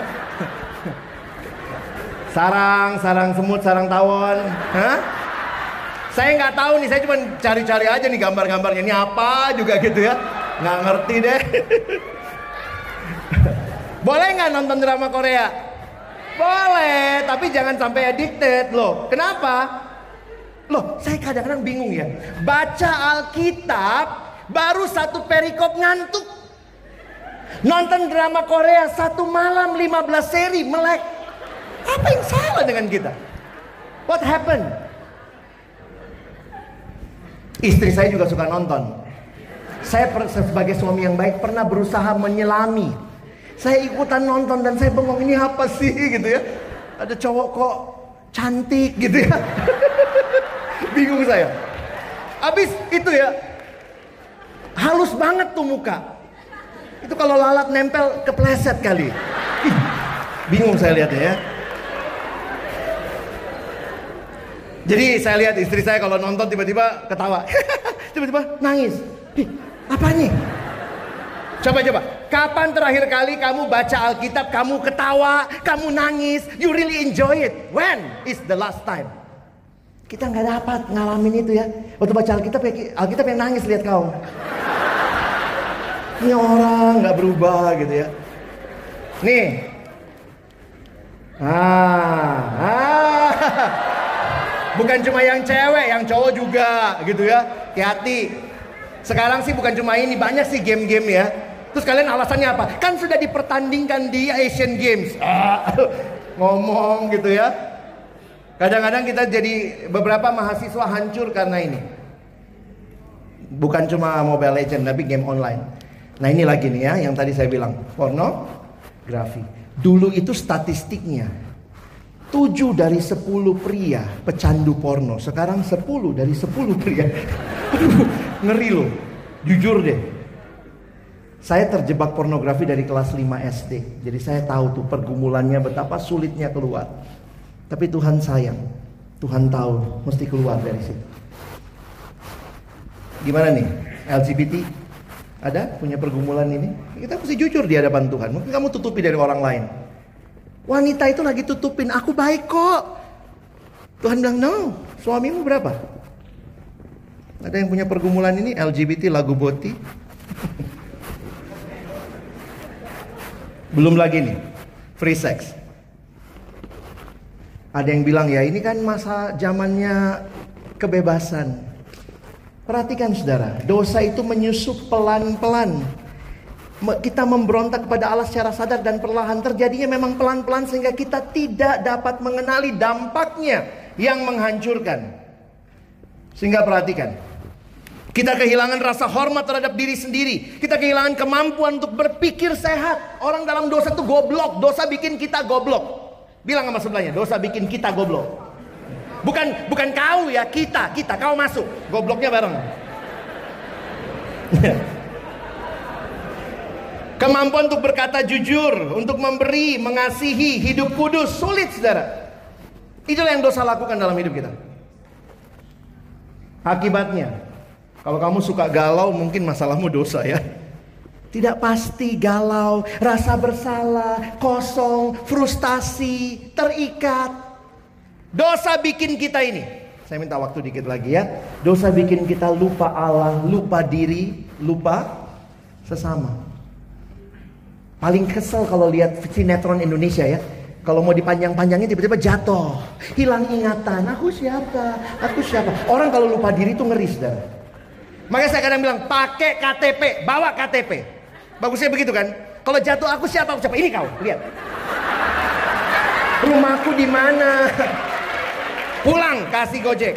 Sarang, sarang semut, sarang tawon. Hah? Saya nggak tahu nih, saya cuma cari-cari aja nih gambar-gambarnya. Ini apa juga gitu ya. Nggak ngerti deh. Boleh nggak nonton drama Korea? Boleh, tapi jangan sampai addicted loh. Kenapa? Loh, saya kadang-kadang bingung ya. Baca Alkitab, baru satu perikop ngantuk. Nonton drama Korea satu malam lima belas seri melek. Apa yang salah dengan kita? What happened? Istri saya juga suka nonton. Saya sebagai suami yang baik pernah berusaha menyelami. Saya ikutan nonton dan saya bengong, ini apa sih gitu ya. Ada cowok kok cantik gitu ya. Bingung saya. Abis itu ya, halus banget tuh muka. Itu kalau lalat nempel kepleset kali. Ih, bingung saya lihatnya ya. Jadi saya lihat istri saya kalau nonton tiba-tiba ketawa. Tiba-tiba nangis. Ih, apa nih? Coba-coba. Kapan terakhir kali kamu baca Alkitab, kamu ketawa, kamu nangis, you really enjoy it? When is the last time? Kita nggak dapat ngalamin itu ya. Waktu baca Alkitab, Alkitab yang nangis lihat kau. Ini orang nggak berubah gitu ya. Nih, ah, ah, bukan cuma yang cewek, yang cowok juga gitu ya. Hati-hati. Sekarang sih bukan cuma ini, banyak sih game-game ya. Terus kalian alasannya apa? Kan sudah dipertandingkan di Asian Games. Ah, ngomong gitu ya. Kadang-kadang kita jadi beberapa mahasiswa hancur karena ini. Bukan cuma Mobile Legends, tapi game online. Nah ini lagi nih ya, yang tadi saya bilang, pornografi. Dulu itu statistiknya tujuh dari sepuluh pria pecandu porno. Sekarang sepuluh dari sepuluh pria. Aduh, ngeri loh. Jujur deh. Saya terjebak pornografi dari kelas lima S D. Jadi saya tahu tuh pergumulannya betapa sulitnya keluar. Tapi Tuhan sayang. Tuhan tahu mesti keluar dari situ. Gimana nih? L G B T ada punya pergumulan ini? Kita mesti jujur di hadapan Tuhan. Mungkin kamu tutupi dari orang lain. Wanita itu lagi tutupin, aku baik kok. Tuhan bilang, no, suamimu berapa? Ada yang punya pergumulan ini, L G B T, lagu boti. Belum lagi nih, free sex. Ada yang bilang, ya ini kan masa zamannya kebebasan. Perhatikan saudara, dosa itu menyusup pelan-pelan. Kita memberontak kepada Allah secara sadar dan perlahan. Terjadinya memang pelan-pelan sehingga kita tidak dapat mengenali dampaknya yang menghancurkan. Sehingga perhatikan, kita kehilangan rasa hormat terhadap diri sendiri. Kita kehilangan kemampuan untuk berpikir sehat. Orang dalam dosa itu goblok. Dosa bikin kita goblok. Bilang sama sebelahnya, dosa bikin kita goblok. Bukan bukan kau ya, kita, kita, kau masuk. Gobloknya bareng. Kemampuan untuk berkata jujur, untuk memberi, mengasihi, hidup kudus, sulit saudara. Itulah yang dosa lakukan dalam hidup kita. Akibatnya, kalau kamu suka galau, mungkin masalahmu dosa ya. Tidak pasti, galau, rasa bersalah, kosong, frustasi, terikat. Dosa bikin kita ini. Saya minta waktu dikit lagi ya. Dosa bikin kita lupa Allah, lupa diri, lupa sesama. Paling kesel kalau lihat sinetron Indonesia ya. Kalau mau dipanjang-panjangin tiba-tiba jatuh, hilang ingatan. Aku siapa? Aku siapa? Orang kalau lupa diri itu ngeri saudara. Makanya saya kadang bilang pakai K T P, bawa K T P. Bagusnya begitu kan? Kalau jatuh aku siapa? Aku siapa? Ini kau, lihat. Rumahku di mana? Pulang kasih Gojek.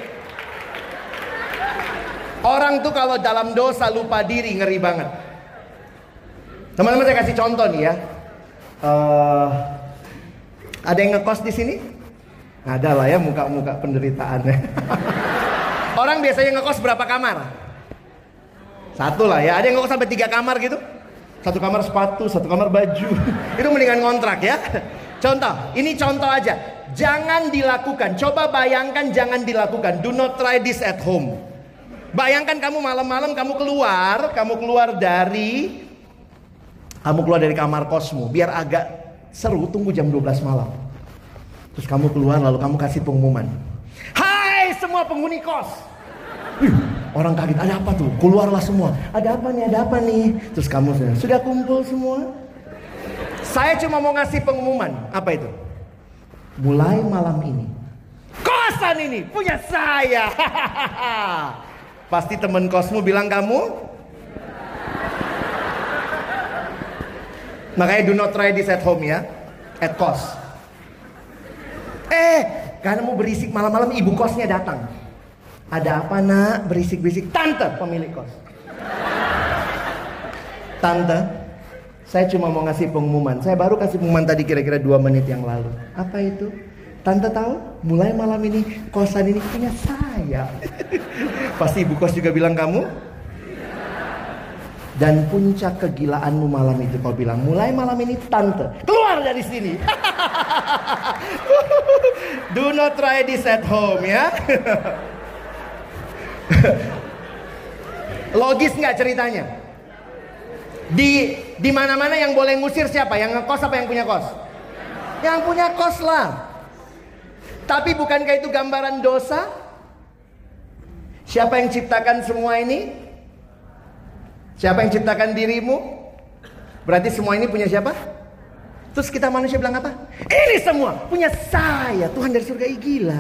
Orang tuh kalau dalam dosa lupa diri ngeri banget. Teman-teman saya kasih contoh nih ya. Uh, ada yang ngekos di sini? Ada lah ya muka-muka penderitaannya. Orang biasanya ngekos berapa kamar? Satu lah ya. Ada yang ngekos sampai tiga kamar gitu. Satu kamar sepatu, satu kamar baju. Itu mendingan kontrak ya. Contoh, ini contoh aja. Jangan dilakukan. Coba bayangkan jangan dilakukan. Do not try this at home. Bayangkan kamu malam-malam kamu keluar, kamu keluar dari Kamu keluar dari kamar kosmu, biar agak seru, tunggu jam dua belas malam. Terus kamu keluar lalu kamu kasih pengumuman. Hai semua penghuni kos. Wih, orang kaget, ada apa tuh? Keluarlah semua. Ada apa nih, ada apa nih? Terus kamu sudah, sudah kumpul semua? Saya cuma mau ngasih pengumuman. Apa itu? Mulai malam ini, kosan ini punya saya. Pasti teman kosmu bilang kamu. Makanya do not try this at home ya. At kos. Eh, karena mau berisik malam-malam ibu kosnya datang. Ada apa nak? Berisik-berisik. Tante pemilik kos. Tante, saya cuma mau ngasih pengumuman. Saya baru kasih pengumuman tadi kira-kira dua menit yang lalu. Apa itu? Tante tahu? Mulai malam ini kosan ini punya saya. Pasti ibu kos juga bilang kamu. Dan puncak kegilaanmu malam itu kau bilang, mulai malam ini tante keluar dari sini. Do not try this at home ya. Logis nggak ceritanya? Di di mana-mana yang boleh ngusir siapa? Yang ngekos apa yang punya kos? Yang punya kos lah. Tapi bukankah itu gambaran dosa? Siapa yang ciptakan semua ini? Siapa yang ciptakan dirimu? Berarti semua ini punya siapa? Terus kita manusia bilang apa? Ini semua punya saya. Tuhan dari surga, ih gila.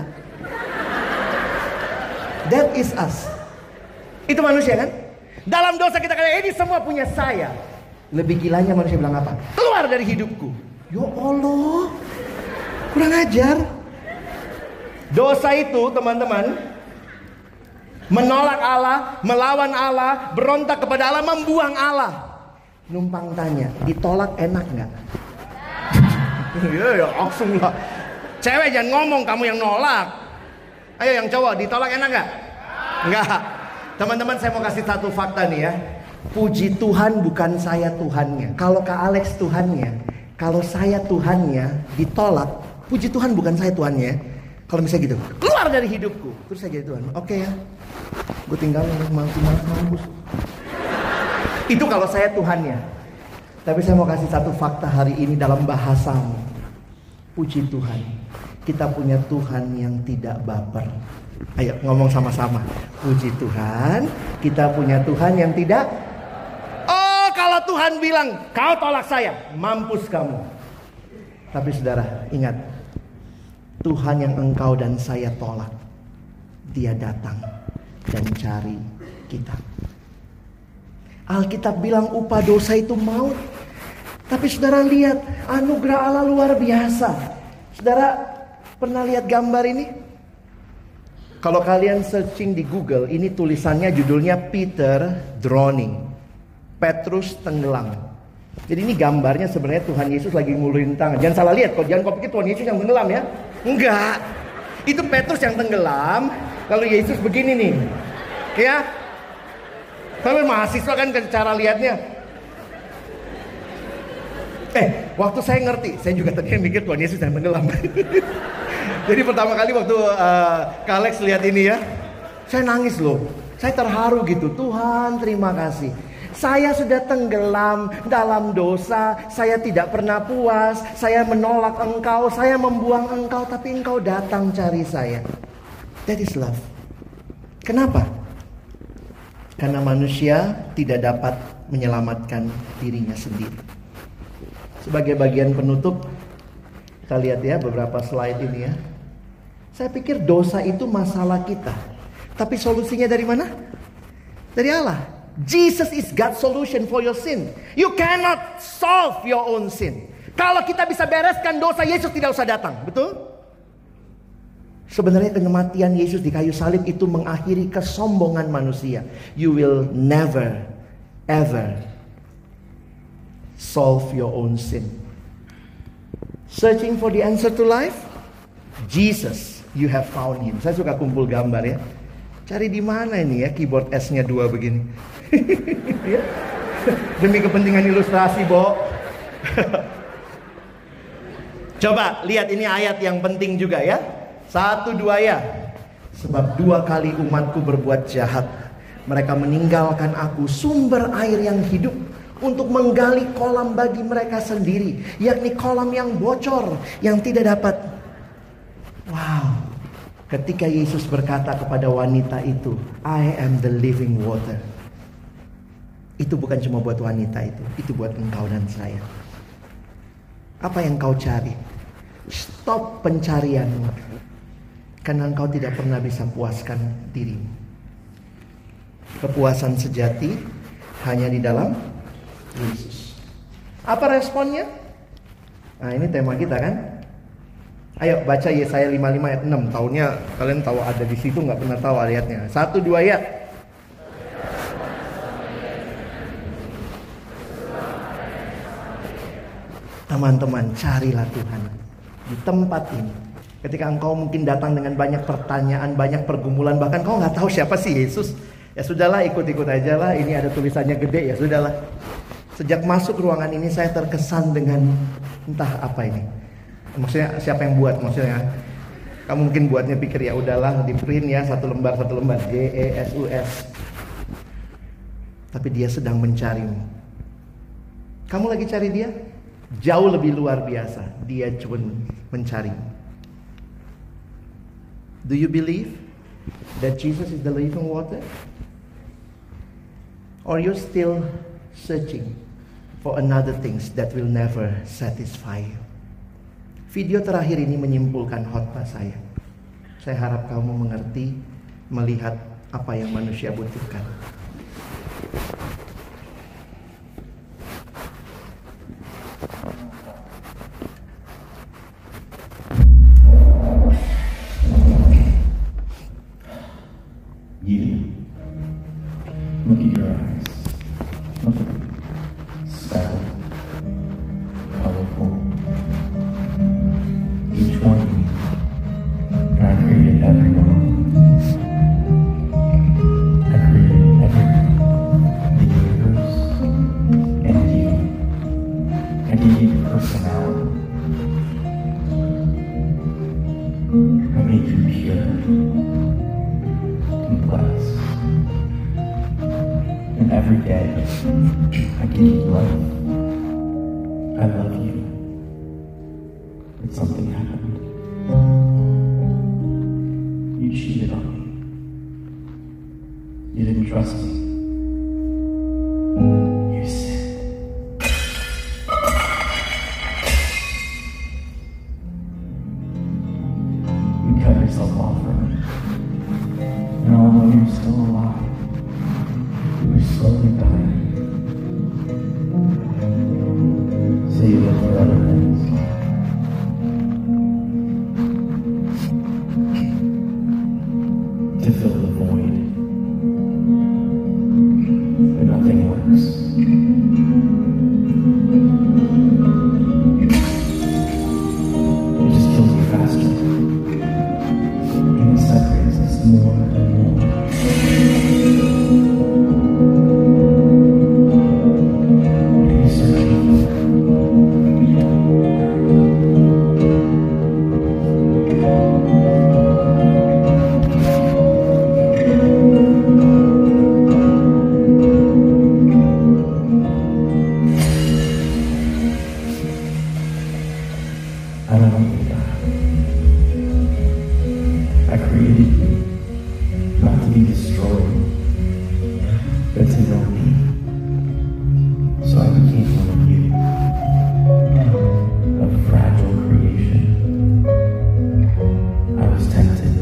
That is us. Itu manusia kan? Dalam dosa kita kata ini semua punya saya. Lebih gilanya manusia bilang apa? Keluar dari hidupku. Ya Allah, kurang ajar. Dosa itu teman-teman, menolak Allah, melawan Allah, berontak kepada Allah, membuang Allah. Numpang tanya, ditolak enak nggak? Iya ya, langsung lah. Cewek jangan ngomong, kamu yang nolak. Ayo yang cowok, ditolak enak nggak? Nggak. Teman-teman, saya mau kasih satu fakta nih ya. Puji Tuhan bukan saya Tuhannya. Kalau Kak Alex Tuhannya, kalau saya Tuhannya ditolak, puji Tuhan bukan saya Tuhannya. Kalau misalnya gitu, keluar dari hidupku, terus saya jadi Tuhan. Oke ya, gue tinggal mampus. Itu kalau saya Tuhannya. Tapi saya mau kasih satu fakta hari ini dalam bahasamu. Puji Tuhan, kita punya Tuhan yang tidak baper. Ayo ngomong sama-sama. Puji Tuhan, kita punya Tuhan yang tidak. Oh, kalau Tuhan bilang, kau tolak saya, mampus kamu. Tapi saudara, ingat, Tuhan yang engkau dan saya tolak, Dia datang dan cari kita. Alkitab bilang upah dosa itu maut. Tapi saudara lihat, anugerah Allah luar biasa. Saudara pernah lihat gambar ini? Kalau kalian searching di Google, ini tulisannya judulnya Peter Drowning, Petrus tenggelam. Jadi ini gambarnya sebenarnya Tuhan Yesus lagi ngulurin tangan. Jangan salah lihat, kok jangan kau pikir Tuhan Yesus yang tenggelam ya. Enggak, itu Petrus yang tenggelam. Lalu Yesus begini nih, ya. Tapi mahasiswa kan cara lihatnya. Eh, waktu saya ngerti, saya juga tadi mikir Tuhan Yesus yang tenggelam. Jadi pertama kali waktu uh, Kak Alex lihat ini ya, saya nangis loh. Saya terharu gitu. Tuhan, terima kasih. Saya sudah tenggelam dalam dosa. Saya tidak pernah puas. Saya menolak Engkau. Saya membuang Engkau. Tapi Engkau datang cari saya. That is love. Kenapa? Karena manusia tidak dapat menyelamatkan dirinya sendiri. Sebagai bagian penutup, kita lihat ya beberapa slide ini ya. Saya pikir dosa itu masalah kita. Tapi solusinya dari mana? Dari Allah. Jesus is God's solution for your sin. You cannot solve your own sin. Kalau kita bisa bereskan dosa, Yesus tidak usah datang. Betul? Sebenarnya kematian Yesus di kayu salib itu mengakhiri kesombongan manusia. You will never, ever solve your own sin. Searching for the answer to life? Jesus, you have found him. Saya suka kumpul gambar ya. Cari di mana ini ya keyboard S-nya dua begini. Ya. Demi kepentingan ilustrasi, Bo. Coba lihat ini ayat yang penting juga ya. Satu dua ya. Sebab dua kali umatku berbuat jahat. Mereka meninggalkan aku, sumber air yang hidup, untuk menggali kolam bagi mereka sendiri, yakni kolam yang bocor, yang tidak dapat. Wow. Ketika Yesus berkata kepada wanita itu, I am the living water. Itu bukan cuma buat wanita itu, itu buat engkau dan saya. Apa yang kau cari? Stop pencarianmu, karena engkau tidak pernah bisa puaskan dirimu. Kepuasan sejati hanya di dalam Yesus. Apa responnya? Nah ini tema kita kan. Ayo baca Yesaya lima puluh lima ayat enam. Tahunnya kalian tahu ada di situ, nggak pernah tahu ayatnya. Satu dua ya. Teman-teman, carilah Tuhan di tempat ini. Ketika engkau mungkin datang dengan banyak pertanyaan, banyak pergumulan, bahkan kau nggak tahu siapa sih Yesus. Ya sudahlah, ikut-ikut aja lah. Ini ada tulisannya gede, ya sudahlah. Sejak masuk ruangan ini saya terkesan dengan entah apa ini. Maksudnya siapa yang buat? Maksudnya kamu mungkin buatnya pikir ya udahlah di print ya satu lembar satu lembar J E S U S. Tapi dia sedang mencarimu. Kamu lagi cari dia? Jauh lebih luar biasa. Dia cuma mencarimu. Do you believe that Jesus is the living water? Or you're still searching for another things that will never satisfy you? Video terakhir ini menyimpulkan khotbah saya. Saya harap kamu mengerti, melihat apa yang manusia butuhkan. You, look at your eyes. Look at them. Sparkle. Colorful. Each one of you. And I created every one of them. I created everything. The universe and you. I gave you your personality. I made you pure. Complex. And every day, I give you life. I love you. It's something happened. You cheated on me. You didn't trust me. You sinned. You cut yourself off from me. And although you're still alive, you're slowly dying. So you look for other things. To fill the void. But nothing works. It just kills you faster. And it separates us more and more. What are you searching for? I don't want you to die. I created you not to be destroyed, but to know me. So I became one of you, a fragile creation. I was tempted,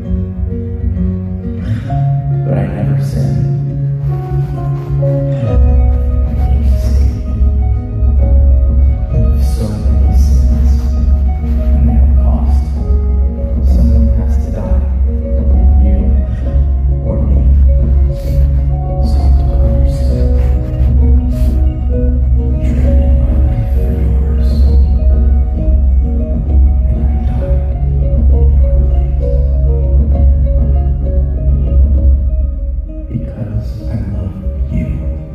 but I never sinned. I came to save you. So many sins. And they have cost. Someone has to die. You or me. So I took on your sin. Traded my life for yours. And I died in your place. Because I love you.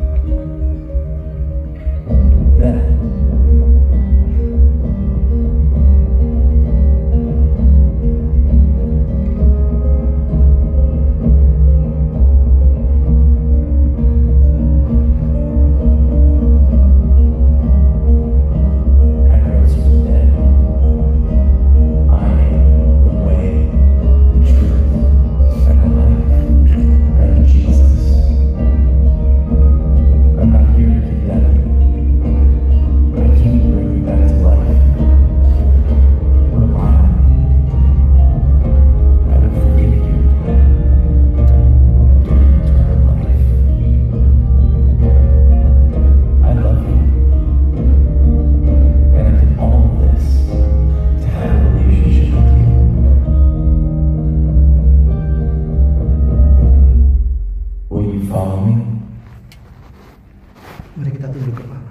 Then I rose from the dead. I am the way, the truth, and the life. I'm Jesus. I'm not here to condemn you, but I came to bring you back to life. Rely on me. I will forgive you. Give you eternal life. I love you. And I did all of this to have a relationship with you. Will you follow me? Mari kita tunduk kepala.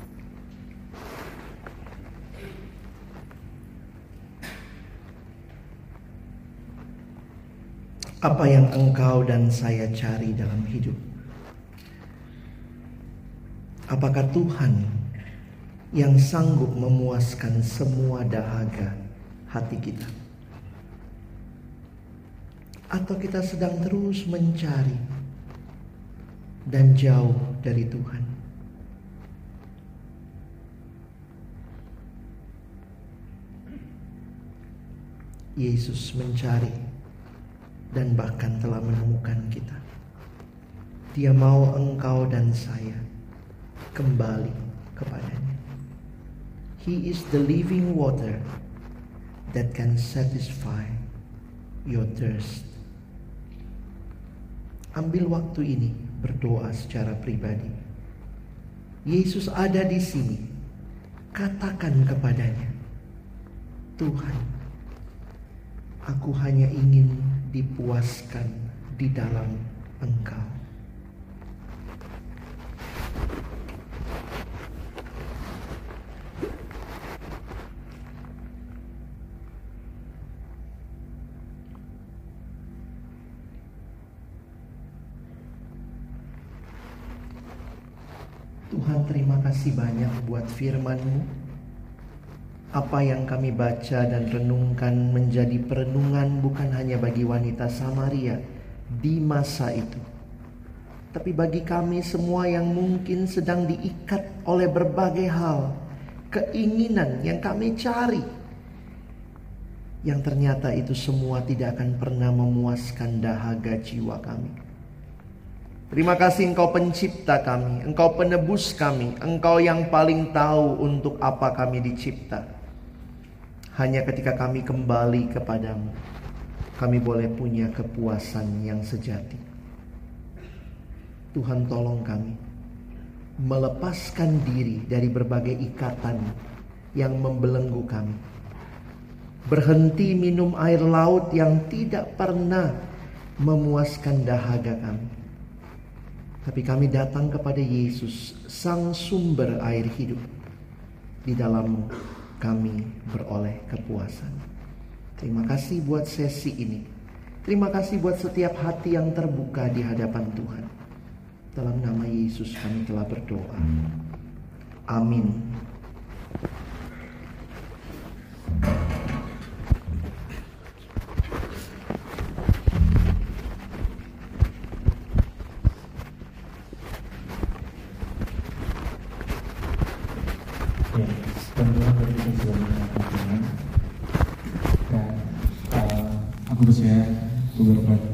Apa yang engkau dan saya cari dalam hidup? Apakah Tuhan yang sanggup memuaskan semua dahaga hati kita? Atau kita sedang terus mencari dan jauh dari Tuhan? Yesus mencari dan bahkan telah menemukan kita. Dia mau engkau dan saya kembali kepadanya. He is the living water that can satisfy your thirst. Ambil waktu ini berdoa secara pribadi. Yesus ada di sini. Katakan kepadanya, Tuhan, aku hanya ingin dipuaskan di dalam Engkau. Tuhan, terima kasih banyak buat firman-Mu. Apa yang kami baca dan renungkan menjadi perenungan bukan hanya bagi wanita Samaria di masa itu, tapi bagi kami semua yang mungkin sedang diikat oleh berbagai hal, keinginan yang kami cari, yang ternyata itu semua tidak akan pernah memuaskan dahaga jiwa kami. Terima kasih Engkau pencipta kami, Engkau penebus kami, Engkau yang paling tahu untuk apa kami dicipta. Hanya ketika kami kembali kepadamu, kami boleh punya kepuasan yang sejati. Tuhan, tolong kami melepaskan diri dari berbagai ikatan yang membelenggu kami. Berhenti minum air laut yang tidak pernah memuaskan dahaga kami. Tapi kami datang kepada Yesus, Sang Sumber air hidup. Di dalam kami beroleh kepuasan. Terima kasih buat sesi ini. Terima kasih buat setiap hati yang terbuka di hadapan Tuhan. Dalam nama Yesus kami telah berdoa. Amin. Ya, sebenarnya tadi saya sudah mengatakan dan uh, aku percaya beberapa